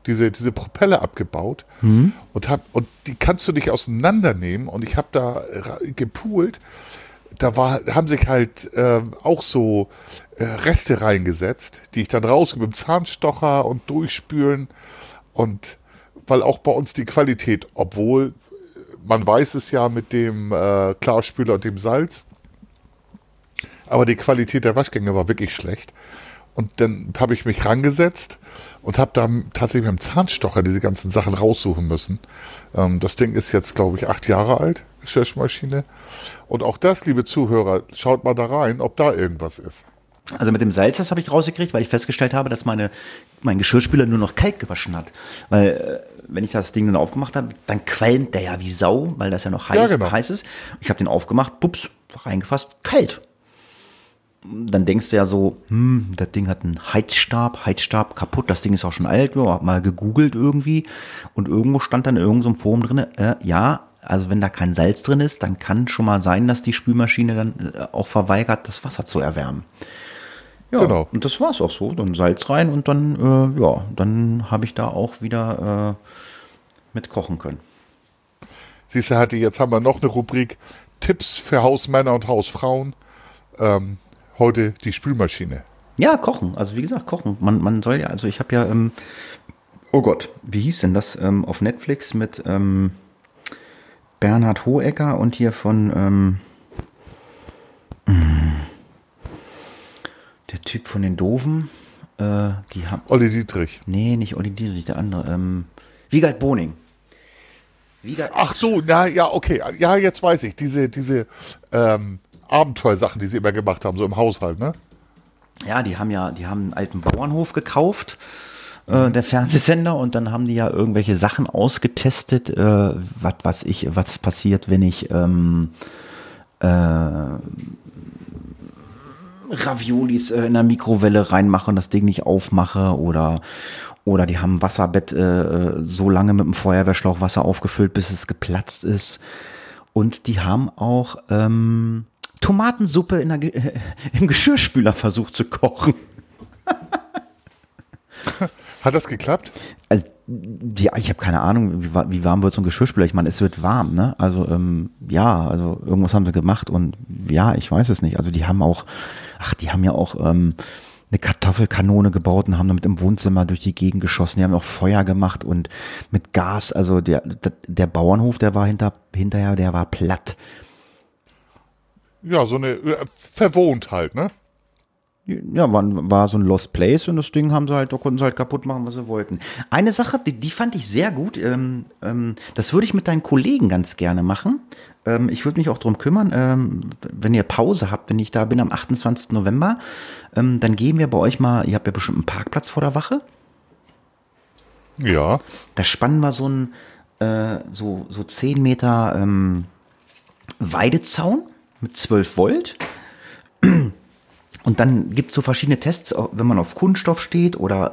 diese Propeller abgebaut und die kannst du nicht auseinandernehmen und ich habe da gepoolt. Haben sich halt auch so Reste reingesetzt, die ich dann rausgebe mit dem Zahnstocher und durchspülen. Und weil auch bei uns die Qualität, obwohl man weiß es ja mit dem Klarspüler und dem Salz, aber die Qualität der Waschgänge war wirklich schlecht. Und dann habe ich mich rangesetzt und habe da tatsächlich mit dem Zahnstocher diese ganzen Sachen raussuchen müssen. Das Ding ist jetzt, glaube ich, 8 Jahre alt, Geschirrspülmaschine. Und auch das, liebe Zuhörer, schaut mal da rein, ob da irgendwas ist. Also mit dem Salz, das habe ich rausgekriegt, weil ich festgestellt habe, dass mein Geschirrspüler nur noch kalt gewaschen hat. Weil wenn ich das Ding dann aufgemacht habe, dann qualmt der ja wie Sau, weil das ja noch heiß ist. Ich habe den aufgemacht, pups, reingefasst, kalt. Dann denkst du ja so, das Ding hat einen Heizstab kaputt, das Ding ist auch schon alt, ja, hab mal gegoogelt irgendwie und irgendwo stand dann in irgendeinem Forum drin, ja, also wenn da kein Salz drin ist, dann kann schon mal sein, dass die Spülmaschine dann auch verweigert, das Wasser zu erwärmen. Ja, genau. Und das war's auch so, dann Salz rein und dann, dann habe ich da auch wieder mit kochen können. Siehst du, Hatti, jetzt haben wir noch eine Rubrik Tipps für Hausmänner und Hausfrauen. Heute die Spülmaschine. Ja, kochen. Also wie gesagt, kochen. Man soll ja, also ich habe ja, oh Gott, wie hieß denn das auf Netflix mit Bernhard Hohecker und hier von der Typ von den Doofen. Die haben Olli Dietrich. Nee, nicht Olli Dietrich, der andere. Wiegald Boning. Ach so, ja, okay. Ja, jetzt weiß ich. Diese Abenteuersachen, die sie immer gemacht haben, so im Haushalt, ne? Ja, die haben einen alten Bauernhof gekauft, der Fernsehsender, und dann haben die ja irgendwelche Sachen ausgetestet, was passiert, wenn ich Raviolis in der Mikrowelle reinmache und das Ding nicht aufmache, oder die haben ein Wasserbett so lange mit dem Feuerwehrschlauch Wasser aufgefüllt, bis es geplatzt ist. Und die haben auch Tomatensuppe im Geschirrspüler versucht zu kochen. Hat das geklappt? Also, ja, ich habe keine Ahnung, wie warm wird so ein Geschirrspüler. Ich meine, es wird warm, ne? Also, also irgendwas haben sie gemacht und ja, ich weiß es nicht. Also die haben ja auch eine Kartoffelkanone gebaut und haben damit im Wohnzimmer durch die Gegend geschossen. Die haben auch Feuer gemacht und mit Gas. Also der Bauernhof, der war hinterher, der war platt. Ja, so eine verwohnt halt, ne? Ja, war so ein Lost Place und das Ding da konnten sie halt kaputt machen, was sie wollten. Eine Sache, die fand ich sehr gut, das würde ich mit deinen Kollegen ganz gerne machen. Ich würde mich auch drum kümmern, wenn ihr Pause habt, wenn ich da bin am 28. November, dann gehen wir bei euch mal, ihr habt ja bestimmt einen Parkplatz vor der Wache. Ja. Da spannen wir so 10 Meter Weidezaun mit 12 Volt. Und dann gibt es so verschiedene Tests, wenn man auf Kunststoff steht oder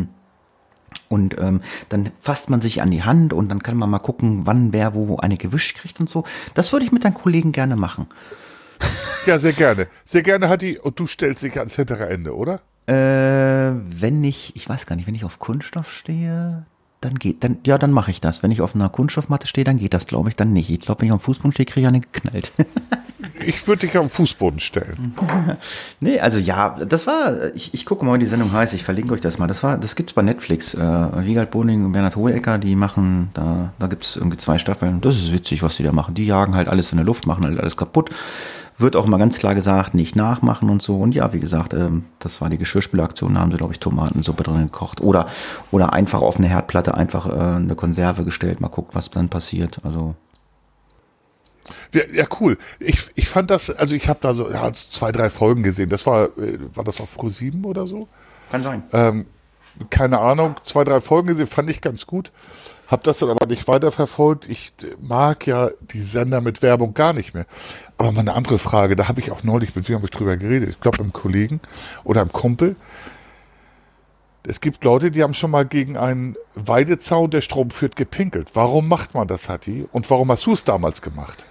dann fasst man sich an die Hand und dann kann man mal gucken, wann wer wo eine gewischt kriegt und so. Das würde ich mit deinen Kollegen gerne machen. Ja, sehr gerne. Sehr gerne, Hatti. Und du stellst dich ans hintere Ende, oder? Wenn ich weiß gar nicht, wenn ich auf Kunststoff stehe, dann mache ich das. Wenn ich auf einer Kunststoffmatte stehe, dann geht das, glaube ich, dann nicht. Ich glaube, wenn ich auf dem Fußboden stehe, kriege ich eine geknallt. Ich würde dich auf den Fußboden stellen. Nee, also ja, das war, ich gucke mal, wie die Sendung heißt, ich verlinke euch das mal. Das gibt's bei Netflix. Wiegald Boning und Bernhard Hohecker, die machen, da gibt's irgendwie 2 Staffeln. Das ist witzig, was die da machen. Die jagen halt alles in der Luft, machen halt alles kaputt. Wird auch immer ganz klar gesagt, nicht nachmachen und so. Und ja, wie gesagt, das war die Geschirrspülaktion, da haben sie, glaube ich, Tomatensuppe drin gekocht. Oder einfach auf eine Herdplatte einfach eine Konserve gestellt, mal guckt, was dann passiert. Also ja, cool. Ich fand das, also ich habe da so 2, 3 Folgen gesehen. Das war das auf Pro7 oder so? Kann sein. Keine Ahnung, 2, 3 Folgen gesehen, fand ich ganz gut. Hab das dann aber nicht weiterverfolgt. Ich mag ja die Sender mit Werbung gar nicht mehr. Aber mal eine andere Frage, da habe ich auch neulich mit wem habe ich drüber geredet. Ich glaube, mit einem Kollegen oder einem Kumpel. Es gibt Leute, die haben schon mal gegen einen Weidezaun, der Strom führt, gepinkelt. Warum macht man das, Hatti? Und warum hast du es damals gemacht?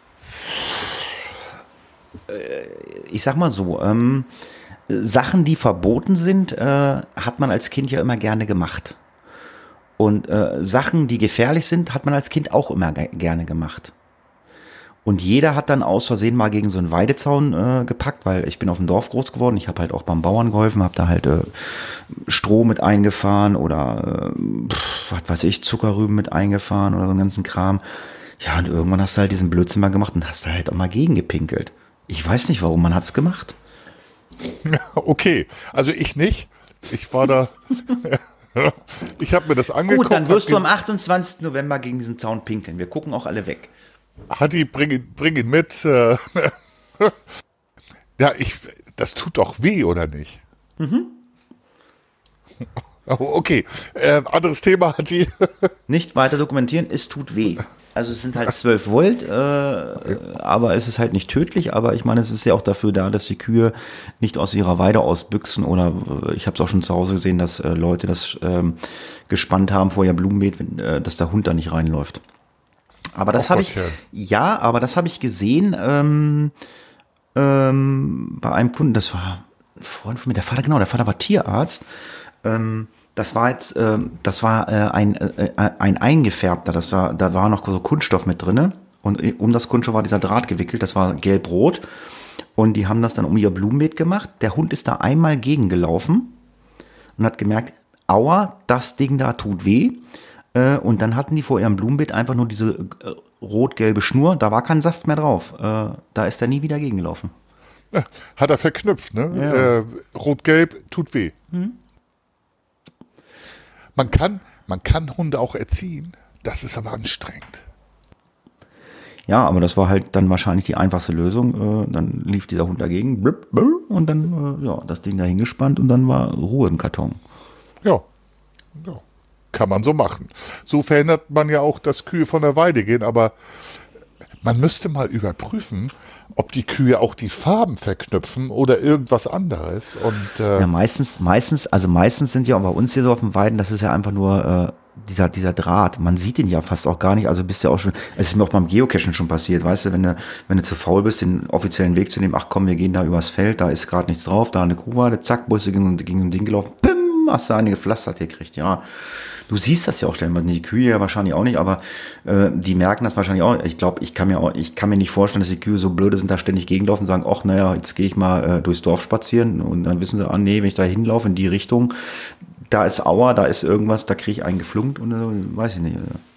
Ich sag mal so, Sachen, die verboten sind, hat man als Kind ja immer gerne gemacht. Und Sachen, die gefährlich sind, hat man als Kind auch immer gerne gemacht. Und jeder hat dann aus Versehen mal gegen so einen Weidezaun gepackt, weil ich bin auf dem Dorf groß geworden. Ich habe halt auch beim Bauern geholfen, habe da halt Stroh mit eingefahren oder was weiß ich, Zuckerrüben mit eingefahren oder so einen ganzen Kram. Ja, und irgendwann hast du halt diesen Blödsinn mal gemacht und hast da halt auch mal gegengepinkelt. Ich weiß nicht, warum man hat's gemacht. Okay, also ich nicht. Ich war da... Ich habe mir das angeguckt. Gut, dann wirst du am 28. November gegen diesen Zaun pinkeln. Wir gucken auch alle weg. Hatti, bring ihn mit. Ja, das tut doch weh, oder nicht? Mhm. Okay, anderes Thema, Hatti. Nicht weiter dokumentieren, es tut weh. Also es sind halt 12 Volt, aber es ist halt nicht tödlich. Aber ich meine, es ist ja auch dafür da, dass die Kühe nicht aus ihrer Weide ausbüchsen. Oder ich habe es auch schon zu Hause gesehen, dass Leute das gespannt haben vor ihr Blumenbeet, dass der Hund da nicht reinläuft. Aber das habe ich, ja, aber das habe ich gesehen bei einem Kunden. Das war ein Freund von mir, der Vater war Tierarzt. Das war ein eingefärbter, da war noch so Kunststoff mit drinne und um das Kunststoff war dieser Draht gewickelt, das war gelb-rot und die haben das dann um ihr Blumenbeet gemacht. Der Hund ist da einmal gegengelaufen und hat gemerkt, aua, das Ding da tut weh. Und dann hatten die vor ihrem Blumenbeet einfach nur diese rot-gelbe Schnur, da war kein Saft mehr drauf. Da ist er nie wieder gegengelaufen. Ja, hat er verknüpft, ne? Ja. Rot-gelb tut weh. Mhm. Man kann Hunde auch erziehen, das ist aber anstrengend. Ja, aber das war halt dann wahrscheinlich die einfachste Lösung. Dann lief dieser Hund dagegen und dann das Ding da hingespannt und dann war Ruhe im Karton. Ja, kann man so machen. So verhindert man ja auch, dass Kühe von der Weide gehen, aber man müsste mal überprüfen, ob die Kühe auch die Farben verknüpfen oder irgendwas anderes. Und, ja, meistens sind ja auch bei uns hier so auf den Weiden, das ist ja einfach nur dieser Draht. Man sieht den ja fast auch gar nicht. Also bist ja auch schon, es ist mir auch beim Geocachen schon passiert, weißt du, wenn du zu faul bist, den offiziellen Weg zu nehmen, ach komm, wir gehen da übers Feld, da ist gerade nichts drauf, da eine Kuhweide, zack, Busse gegen ein Ding gelaufen, pim, hast du eine gepflastert gekriegt, ja. Du siehst das ja auch stellenweise, die Kühe ja wahrscheinlich auch nicht, aber die merken das wahrscheinlich auch. Ich glaube, ich kann mir nicht vorstellen, dass die Kühe so blöde sind, da ständig gegenlaufen und sagen, ach naja, jetzt gehe ich mal durchs Dorf spazieren und dann wissen sie, nee, wenn ich da hinlaufe in die Richtung, da ist Aua, da ist irgendwas, da kriege ich einen geflunkt und weiß ich nicht.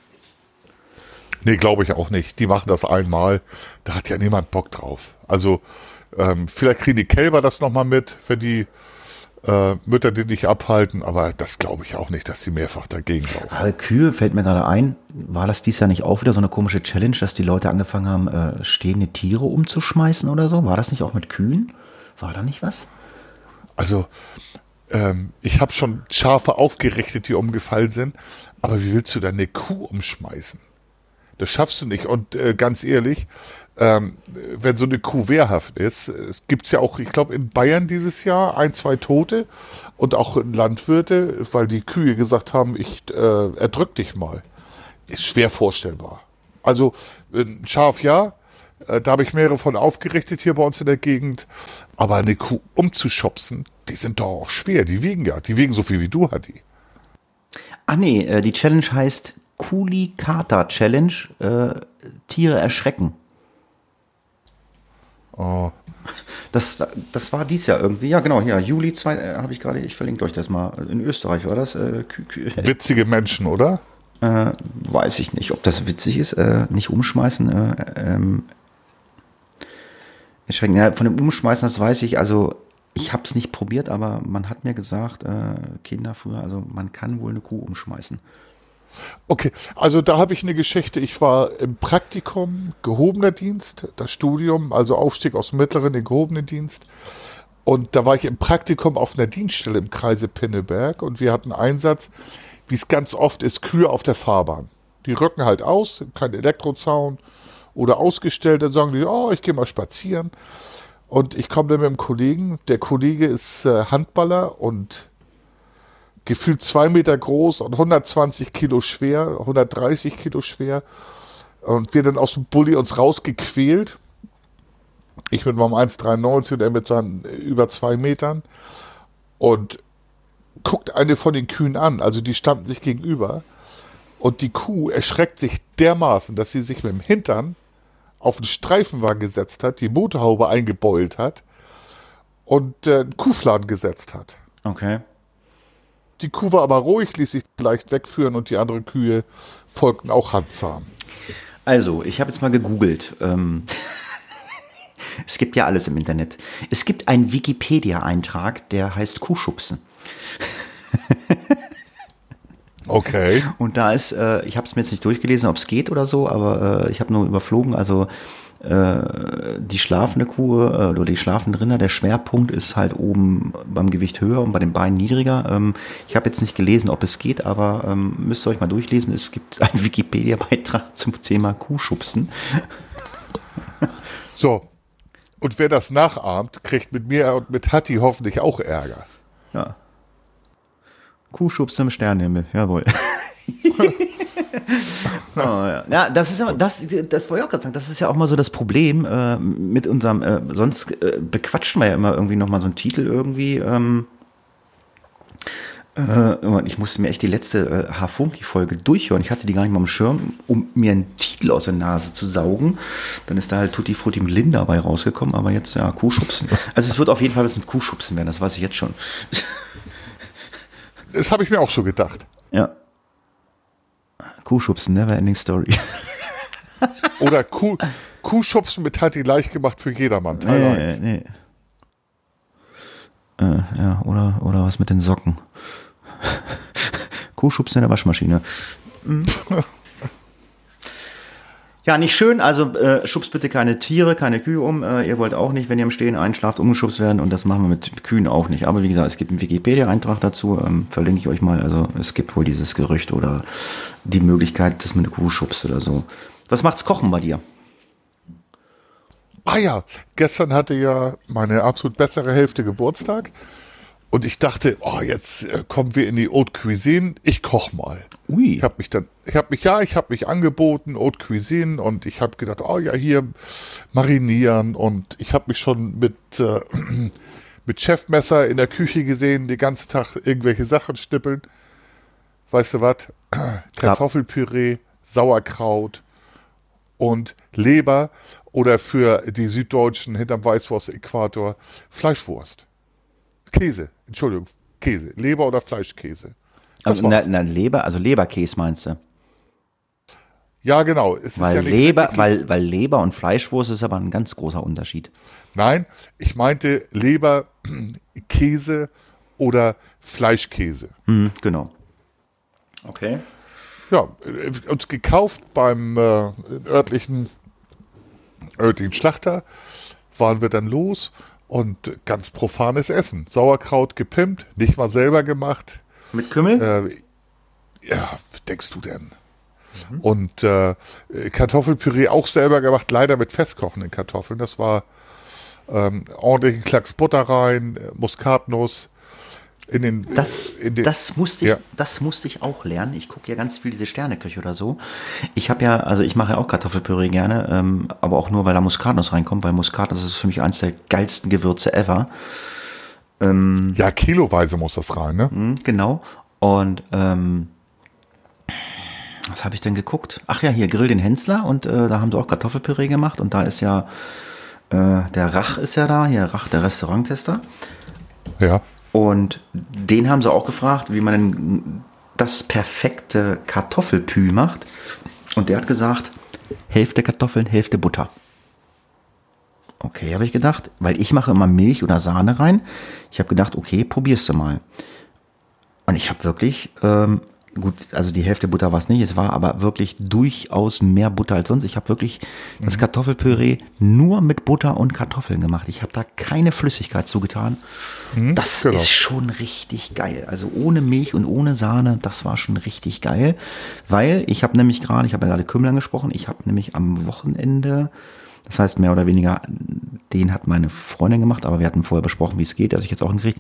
Nee, glaube ich auch nicht. Die machen das einmal, da hat ja niemand Bock drauf. Also vielleicht kriegen die Kälber das nochmal mit, wenn die Mütter die nicht abhalten, aber das glaube ich auch nicht, dass sie mehrfach dagegen laufen. Aber Kühe, fällt mir gerade ein, war das dies Jahr nicht auch wieder so eine komische Challenge, dass die Leute angefangen haben, stehende Tiere umzuschmeißen oder so? War das nicht auch mit Kühen? War da nicht was? Also, ich habe schon Schafe aufgerichtet, die umgefallen sind, aber wie willst du dann eine Kuh umschmeißen? Das schaffst du nicht. Und ganz ehrlich, wenn so eine Kuh wehrhaft ist, gibt es ja auch, ich glaube, in Bayern dieses Jahr 1, 2 Tote und auch Landwirte, weil die Kühe gesagt haben, ich erdrück dich mal. Ist schwer vorstellbar. Also ein Schaf ja, da habe ich mehrere von aufgerichtet hier bei uns in der Gegend, aber eine Kuh umzuschubsen, die sind doch auch schwer, die wiegen so viel wie du, Hatti. Ach nee, die Challenge heißt Kuli-Kata Challenge, Tiere erschrecken. Oh. Das war dies Jahr irgendwie. Ja, genau, hier, Juli 2, habe ich gerade, ich verlinke euch das mal. In Österreich war das. Witzige Menschen, oder? Weiß ich nicht, ob das witzig ist. Nicht umschmeißen. Erschrecken. Ja, von dem Umschmeißen, das weiß ich. Also, ich habe es nicht probiert, aber man hat mir gesagt, Kinder früher, also man kann wohl eine Kuh umschmeißen. Okay, also da habe ich eine Geschichte. Ich war im Praktikum, gehobener Dienst, das Studium, also Aufstieg aus dem mittleren in den gehobenen Dienst. Und da war ich im Praktikum auf einer Dienststelle im Kreise Pinneberg und wir hatten Einsatz, wie es ganz oft ist, Kühe auf der Fahrbahn. Die rücken halt aus, kein Elektrozaun oder ausgestellt, dann sagen die, oh, ich gehe mal spazieren. Und ich komme dann mit einem Kollegen, der Kollege ist Handballer und gefühlt 2 Meter groß und 120 Kilo schwer, 130 Kilo schwer. Und wir dann aus dem Bulli uns rausgequält. Ich mit meinem 1,93 und er mit seinen über 2 Metern. Und guckt eine von den Kühen an. Also die standen sich gegenüber. Und die Kuh erschreckt sich dermaßen, dass sie sich mit dem Hintern auf den Streifenwagen gesetzt hat, die Motorhaube eingebeult hat und einen Kuhfladen gesetzt hat. Okay. Die Kuh war aber ruhig, ließ sich leicht wegführen und die anderen Kühe folgten auch handzahm. Also, ich habe jetzt mal gegoogelt. Es gibt ja alles im Internet. Es gibt einen Wikipedia-Eintrag, der heißt Kuhschubsen. Okay. Und da ist, ich habe es mir jetzt nicht durchgelesen, ob es geht oder so, aber ich habe nur überflogen, also die schlafende Kuh oder die schlafenden Rinder, der Schwerpunkt ist halt oben beim Gewicht höher und bei den Beinen niedriger. Ich habe jetzt nicht gelesen, ob es geht, aber müsst ihr euch mal durchlesen. Es gibt einen Wikipedia-Beitrag zum Thema Kuhschubsen. So, und wer das nachahmt, kriegt mit mir und mit Hatti hoffentlich auch Ärger. Ja. Kuhschubsen im Sternenhimmel, jawohl. Oh, ja. Ja, das ist aber, das wollte ich auch gerade sagen, das ist ja auch mal so das Problem mit unserem, sonst bequatschen wir ja immer irgendwie nochmal so einen Titel irgendwie. Ich musste mir echt die letzte H-Funky-Folge durchhören. Ich hatte die gar nicht mal am Schirm, um mir einen Titel aus der Nase zu saugen. Dann ist da halt Tutti Frutti mit Linda dabei rausgekommen, aber jetzt ja Kuhschubsen. Also es wird auf jeden Fall was mit Kuhschubsen werden, das weiß ich jetzt schon. Das habe ich mir auch so gedacht. Ja. Kuhschubsen, never ending story. Oder Kuhschubsen mit Hatti leicht gemacht für jedermann, Teil 1. Nee. Ja, oder was mit den Socken. Kuhschubsen in der Waschmaschine. Ja, nicht schön, also schubst bitte keine Tiere, keine Kühe um. Ihr wollt auch nicht, wenn ihr im Stehen einschlaft, umgeschubst werden und das machen wir mit Kühen auch nicht. Aber wie gesagt, es gibt einen Wikipedia-Eintrag dazu, verlinke ich euch mal. Also es gibt wohl dieses Gerücht oder die Möglichkeit, dass man eine Kuh schubst oder so. Was macht's Kochen bei dir? Ah ja, gestern hatte ja meine absolut bessere Hälfte Geburtstag und ich dachte, jetzt kommen wir in die Haute Cuisine, ich koche mal. Ui. Ich habe mich angeboten, Haute Cuisine, und ich habe gedacht, hier marinieren, und ich habe mich schon mit Chefmesser in der Küche gesehen, den ganzen Tag irgendwelche Sachen schnippeln. Weißt du was? Kartoffelpüree, Sauerkraut und Leber oder für die Süddeutschen hinterm Weißwurst-Äquator Fleischwurst. Käse. Leber oder Fleischkäse. Also Leberkäse meinst du? Ja, genau. Es Weil, ist ja weil Leber und Fleischwurst ist aber ein ganz großer Unterschied. Nein, ich meinte Leber, Käse oder Fleischkäse. Genau. Okay. Ja, uns gekauft beim örtlichen Schlachter, waren wir dann los und ganz profanes Essen. Sauerkraut gepimpt, nicht mal selber gemacht. Mit Kümmel? Ja, denkst du denn? Und Kartoffelpüree auch selber gemacht, leider mit festkochenden Kartoffeln. Das war ordentlichen Klacks Butter rein, Muskatnuss. Das musste ich auch lernen. Ich gucke ja ganz viel diese Sterneköche oder so. Ich mache ja auch Kartoffelpüree gerne, aber auch nur, weil da Muskatnuss reinkommt, weil Muskatnuss ist für mich eines der geilsten Gewürze ever. Ja, kiloweise muss das rein, ne? Genau. Und was habe ich denn geguckt? Ach ja, hier Grill den Hensler, und da haben sie auch Kartoffelpüree gemacht, und da ist ja der Rach ist ja da, hier Rach, der Restauranttester. Ja. Und den haben sie auch gefragt, wie man denn das perfekte Kartoffelpü macht. Und der hat gesagt, Hälfte Kartoffeln, Hälfte Butter. Okay, habe ich gedacht, weil ich mache immer Milch oder Sahne rein. Ich habe gedacht, okay, probierst du mal. Und ich habe wirklich, gut, also die Hälfte Butter war es nicht, es war aber wirklich durchaus mehr Butter als sonst. Ich habe wirklich das Kartoffelpüree nur mit Butter und Kartoffeln gemacht. Ich habe da keine Flüssigkeit zugetan. Das ist schon richtig geil. Also ohne Milch und ohne Sahne, das war schon richtig geil. Weil ich habe ja gerade Kümmel angesprochen, ich habe nämlich am Wochenende, das heißt mehr oder weniger, den hat meine Freundin gemacht, aber wir hatten vorher besprochen, wie es geht, also ich jetzt auch hingekriegt.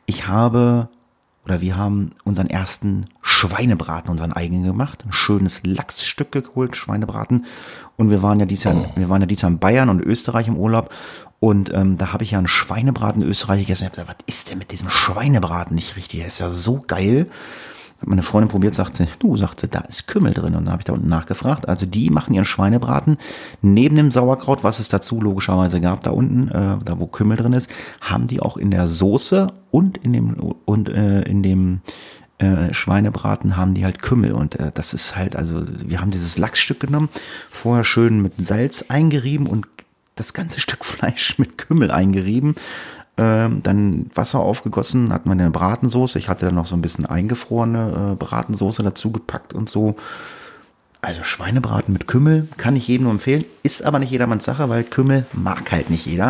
Wir haben unseren ersten Schweinebraten, unseren eigenen gemacht. Ein schönes Lachsstück geholt, Schweinebraten. Und wir waren ja dieses Jahr in Bayern und Österreich im Urlaub. Und da habe ich ja einen Schweinebraten in Österreich gegessen. Ich habe gesagt, was ist denn mit diesem Schweinebraten nicht richtig? Der ist ja so geil. Hat meine Freundin probiert, sagt sie, da ist Kümmel drin. Und dann habe ich da unten nachgefragt. Also die machen ihren Schweinebraten neben dem Sauerkraut, was es dazu logischerweise gab, da unten, da wo Kümmel drin ist, haben die auch in der Soße und in dem Schweinebraten haben die halt Kümmel. Und das ist halt, also wir haben dieses Lachsstück genommen, vorher schön mit Salz eingerieben und das ganze Stück Fleisch mit Kümmel eingerieben. Dann Wasser aufgegossen, hat man eine Bratensoße. Ich hatte dann noch so ein bisschen eingefrorene Bratensoße dazu gepackt und so. Also Schweinebraten mit Kümmel kann ich jedem nur empfehlen. Ist aber nicht jedermanns Sache, weil Kümmel mag halt nicht jeder.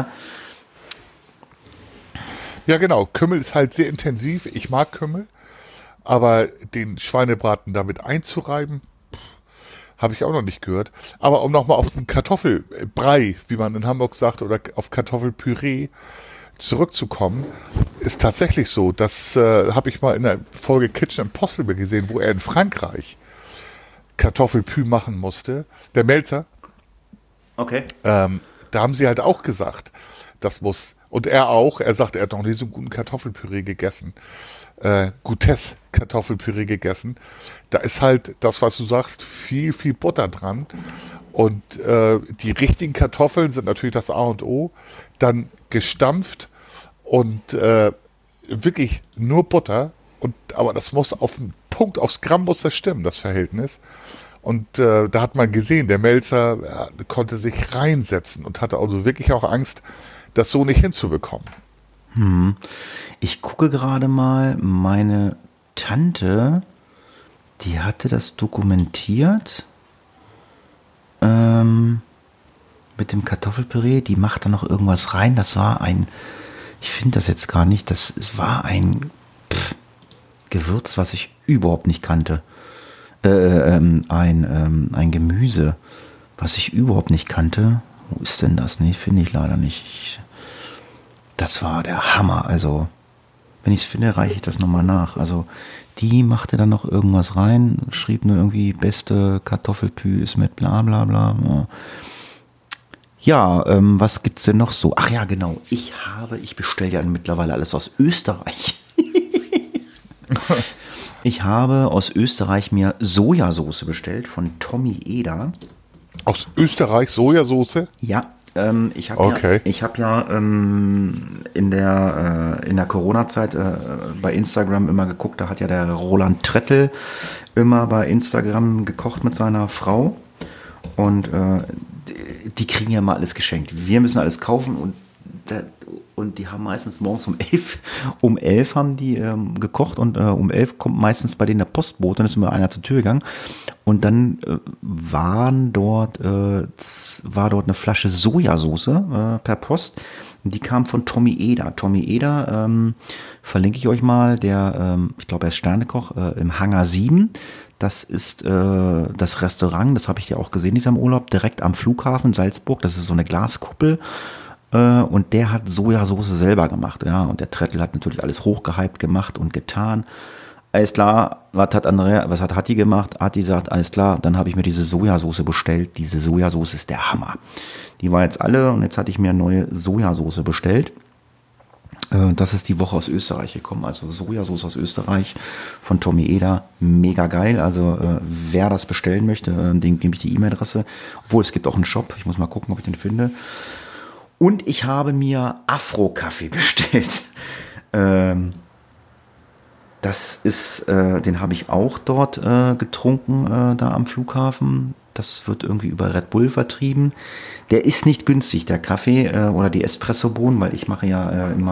Ja, genau. Kümmel ist halt sehr intensiv. Ich mag Kümmel. Aber den Schweinebraten damit einzureiben, habe ich auch noch nicht gehört. Aber um nochmal auf den Kartoffelbrei, wie man in Hamburg sagt, oder auf Kartoffelpüree zurückzukommen, ist tatsächlich so. Das habe ich mal in der Folge Kitchen Impossible gesehen, wo er in Frankreich Kartoffelpü machen musste. Der Melzer. Okay. Da haben sie halt auch gesagt, das muss, und er auch, er sagt, er hat noch nie so einen guten Kartoffelpüree gegessen. Gutes Kartoffelpüree gegessen. Da ist halt das, was du sagst, viel, viel Butter dran. Und die richtigen Kartoffeln sind natürlich das A und O. Dann gestampft und wirklich nur Butter. Aber das muss auf den Punkt, aufs Gramm muss das stimmen, das Verhältnis. Und da hat man gesehen, der Melzer konnte sich reinsetzen und hatte also wirklich auch Angst, das so nicht hinzubekommen. Ich gucke gerade mal, meine Tante, die hatte das dokumentiert mit dem Kartoffelpüree, die macht da noch irgendwas rein, das war ich finde das jetzt gar nicht, es war ein Gewürz, was ich überhaupt nicht kannte, ein Gemüse, was ich überhaupt nicht kannte. Wo ist denn das? Nee, finde ich leider nicht. Das war der Hammer. Also, wenn ich es finde, reiche ich das nochmal nach. Also, die machte dann noch irgendwas rein, schrieb nur irgendwie, beste Kartoffelpü ist mit bla bla bla. Ja, was gibt's denn noch so? Ach ja, genau. Ich bestelle ja mittlerweile alles aus Österreich. Ich habe aus Österreich mir Sojasauce bestellt von Tommy Eder. Aus Österreich Sojasauce? Ja. Ich habe okay. in der Corona-Zeit bei Instagram immer geguckt, da hat ja der Roland Trettel immer bei Instagram gekocht mit seiner Frau und die kriegen ja mal alles geschenkt. Wir müssen alles kaufen und die haben meistens morgens um 11 haben die gekocht und um 11 kommt meistens bei denen der Postbote, dann ist immer einer zur Tür gegangen und dann war dort eine Flasche Sojasauce per Post. Die kam von Tommy Eder. Tommy Eder verlinke ich euch mal, ich glaube er ist Sternekoch im Hangar 7. Das ist das Restaurant, das habe ich ja auch gesehen in diesem Urlaub, direkt am Flughafen Salzburg. Das ist so eine Glaskuppel. Und der hat Sojasauce selber gemacht, ja, und der Trettel hat natürlich alles hochgehypt gemacht und getan. Alles klar, was hat Hatti gemacht? Hatti sagt, alles klar, dann habe ich mir diese Sojasauce bestellt. Diese Sojasauce ist der Hammer. Die war jetzt alle und jetzt hatte ich mir eine neue Sojasauce bestellt. Das ist die Woche aus Österreich gekommen, also Sojasauce aus Österreich von Tommy Eder, mega geil. Also wer das bestellen möchte, dem gebe ich die E-Mail-Adresse. Obwohl, es gibt auch einen Shop, ich muss mal gucken, ob ich den finde. Und ich habe mir Afro-Kaffee bestellt. Das ist, den habe ich auch dort getrunken, da am Flughafen. Das wird irgendwie über Red Bull vertrieben. Der ist nicht günstig, der Kaffee oder die Espresso-Bohnen, weil ich mache ja in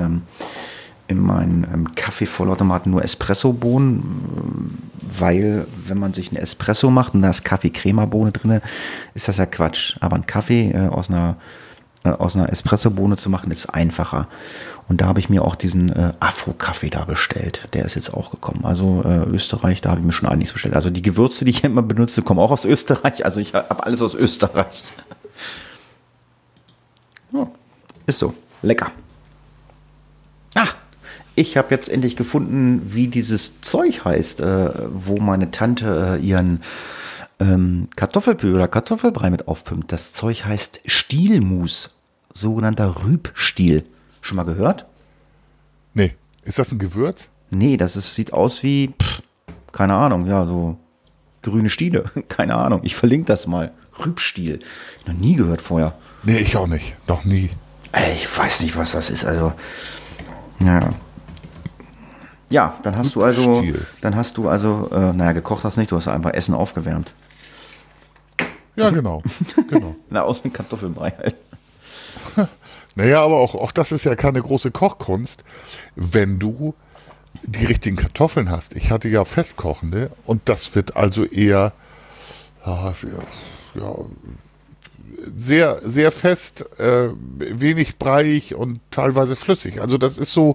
meinen Kaffee-Vollautomaten nur Espresso-Bohnen, weil wenn man sich einen Espresso macht und da ist Kaffee-Crema-Bohne drin, ist das ja Quatsch. Aber ein Kaffee aus einer Espresso-Bohne zu machen, ist einfacher. Und da habe ich mir auch diesen Afro-Kaffee da bestellt. Der ist jetzt auch gekommen. Also Österreich, da habe ich mir schon einiges bestellt. Also die Gewürze, die ich immer benutze, kommen auch aus Österreich. Also ich habe alles aus Österreich. Ja, ist so. Lecker. Ich habe jetzt endlich gefunden, wie dieses Zeug heißt, wo meine Tante ihren Kartoffelpü oder Kartoffelbrei mit aufpimpt. Das Zeug heißt Stielmus, sogenannter Rübstiel. Schon mal gehört? Nee. Ist das ein Gewürz? Nee, sieht aus wie keine Ahnung, ja, so grüne Stiele, keine Ahnung. Ich verlinke das mal. Rübstiel. Noch nie gehört vorher. Nee, ich auch nicht. Noch nie. Ey, ich weiß nicht, was das ist. Also, ja. Ja, dann hast du also, naja, gekocht hast nicht, du hast einfach Essen aufgewärmt. Ja, genau. Na, aus dem Kartoffelbrei halt. Naja, aber auch das ist ja keine große Kochkunst, wenn du die richtigen Kartoffeln hast. Ich hatte ja festkochende und das wird also eher sehr, sehr fest, wenig breiig und teilweise flüssig. Also das ist so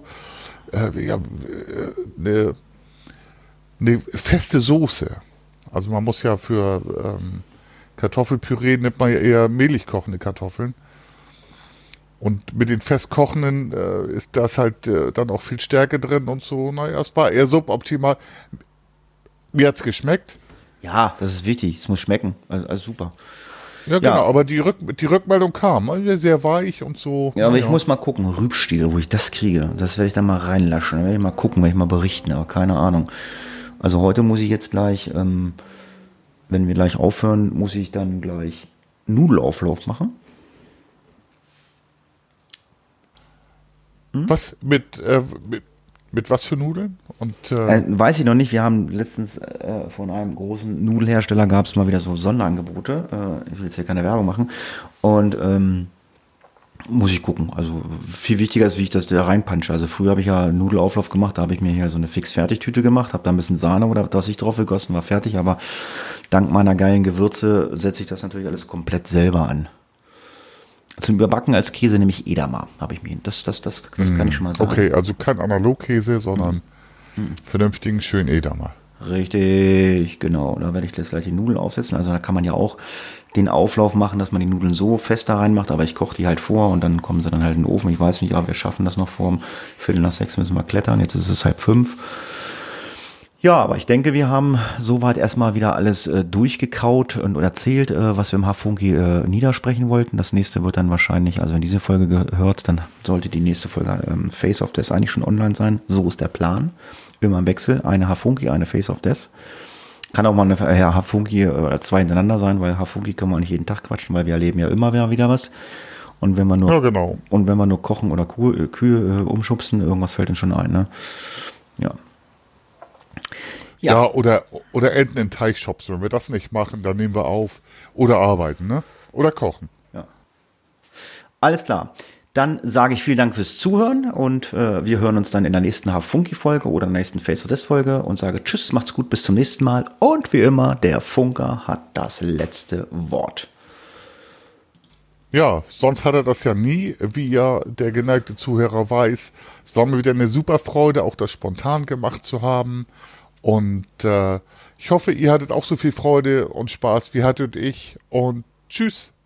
eine feste Soße. Also man muss ja für Kartoffelpüree nimmt man ja eher mehlig kochende Kartoffeln. Und mit den festkochenden ist das halt dann auch viel Stärke drin und so. Naja, es war eher suboptimal. Mir hat's geschmeckt. Ja, das ist wichtig. Es muss schmecken. Also super. Ja, genau. Aber die Rückmeldung kam. Also sehr weich und so. Ja, aber ich muss mal gucken. Rübstiel, wo ich das kriege. Das werde ich dann mal reinlaschen. Dann werde ich mal gucken, werde ich mal berichten. Aber keine Ahnung. Also heute muss ich jetzt gleich, wenn wir gleich aufhören, muss ich dann gleich Nudelauflauf machen. Was mit was für Nudeln? Und, weiß ich noch nicht. Wir haben letztens von einem großen Nudelhersteller gab es mal wieder so Sonderangebote. Ich will jetzt hier keine Werbung machen. Und muss ich gucken. Also viel wichtiger ist, wie ich das da reinpunche. Also früher habe ich ja Nudelauflauf gemacht. Da habe ich mir hier so eine Fix-Fertig-Tüte gemacht. Habe da ein bisschen Sahne oder was ich drauf gegossen, war fertig. Aber dank meiner geilen Gewürze setze ich das natürlich alles komplett selber an. Zum Überbacken als Käse nehme ich Edamer, habe ich mir. Das kann ich schon mal sagen. Okay, also kein Analogkäse, sondern vernünftigen, schönen Edamer. Richtig, genau. Da werde ich jetzt gleich die Nudeln aufsetzen. Also da kann man ja auch den Auflauf machen, dass man die Nudeln so fest da reinmacht, aber ich koche die halt vor und dann kommen sie dann halt in den Ofen. Ich weiß nicht, aber wir schaffen das noch vor 5:45 müssen wir klettern. Jetzt ist es 4:30. Ja, aber ich denke, wir haben soweit erstmal wieder alles durchgekaut und erzählt, was wir im Hafunki niedersprechen wollten. Das nächste wird dann wahrscheinlich, also wenn diese Folge gehört, dann sollte die nächste Folge Face of Death eigentlich schon online sein. So ist der Plan. Immer im Wechsel. Eine Hafunki, eine Face of Death. Kann auch mal eine Hafunki oder zwei hintereinander sein, weil Hafunki können wir auch nicht jeden Tag quatschen, weil wir erleben ja immer wieder was. Und wenn wir nur, ja, genau. Und wenn wir nur kochen oder Kühe umschubsen, irgendwas fällt uns schon ein, ne? Ja. Ja, oder Enten in Teig schubsen. Wenn wir das nicht machen, dann nehmen wir auf. Oder arbeiten, ne? Oder kochen. Ja. Alles klar. Dann sage ich vielen Dank fürs Zuhören und wir hören uns dann in der nächsten Hafunki-Folge oder in der nächsten Face of Death-Folge und sage tschüss, macht's gut, bis zum nächsten Mal. Und wie immer, der Funker hat das letzte Wort. Ja, sonst hat er das ja nie, wie ja der geneigte Zuhörer weiß. Es war mir wieder eine super Freude, auch das spontan gemacht zu haben. Und ich hoffe, ihr hattet auch so viel Freude und Spaß wie hattet ich. Und tschüss.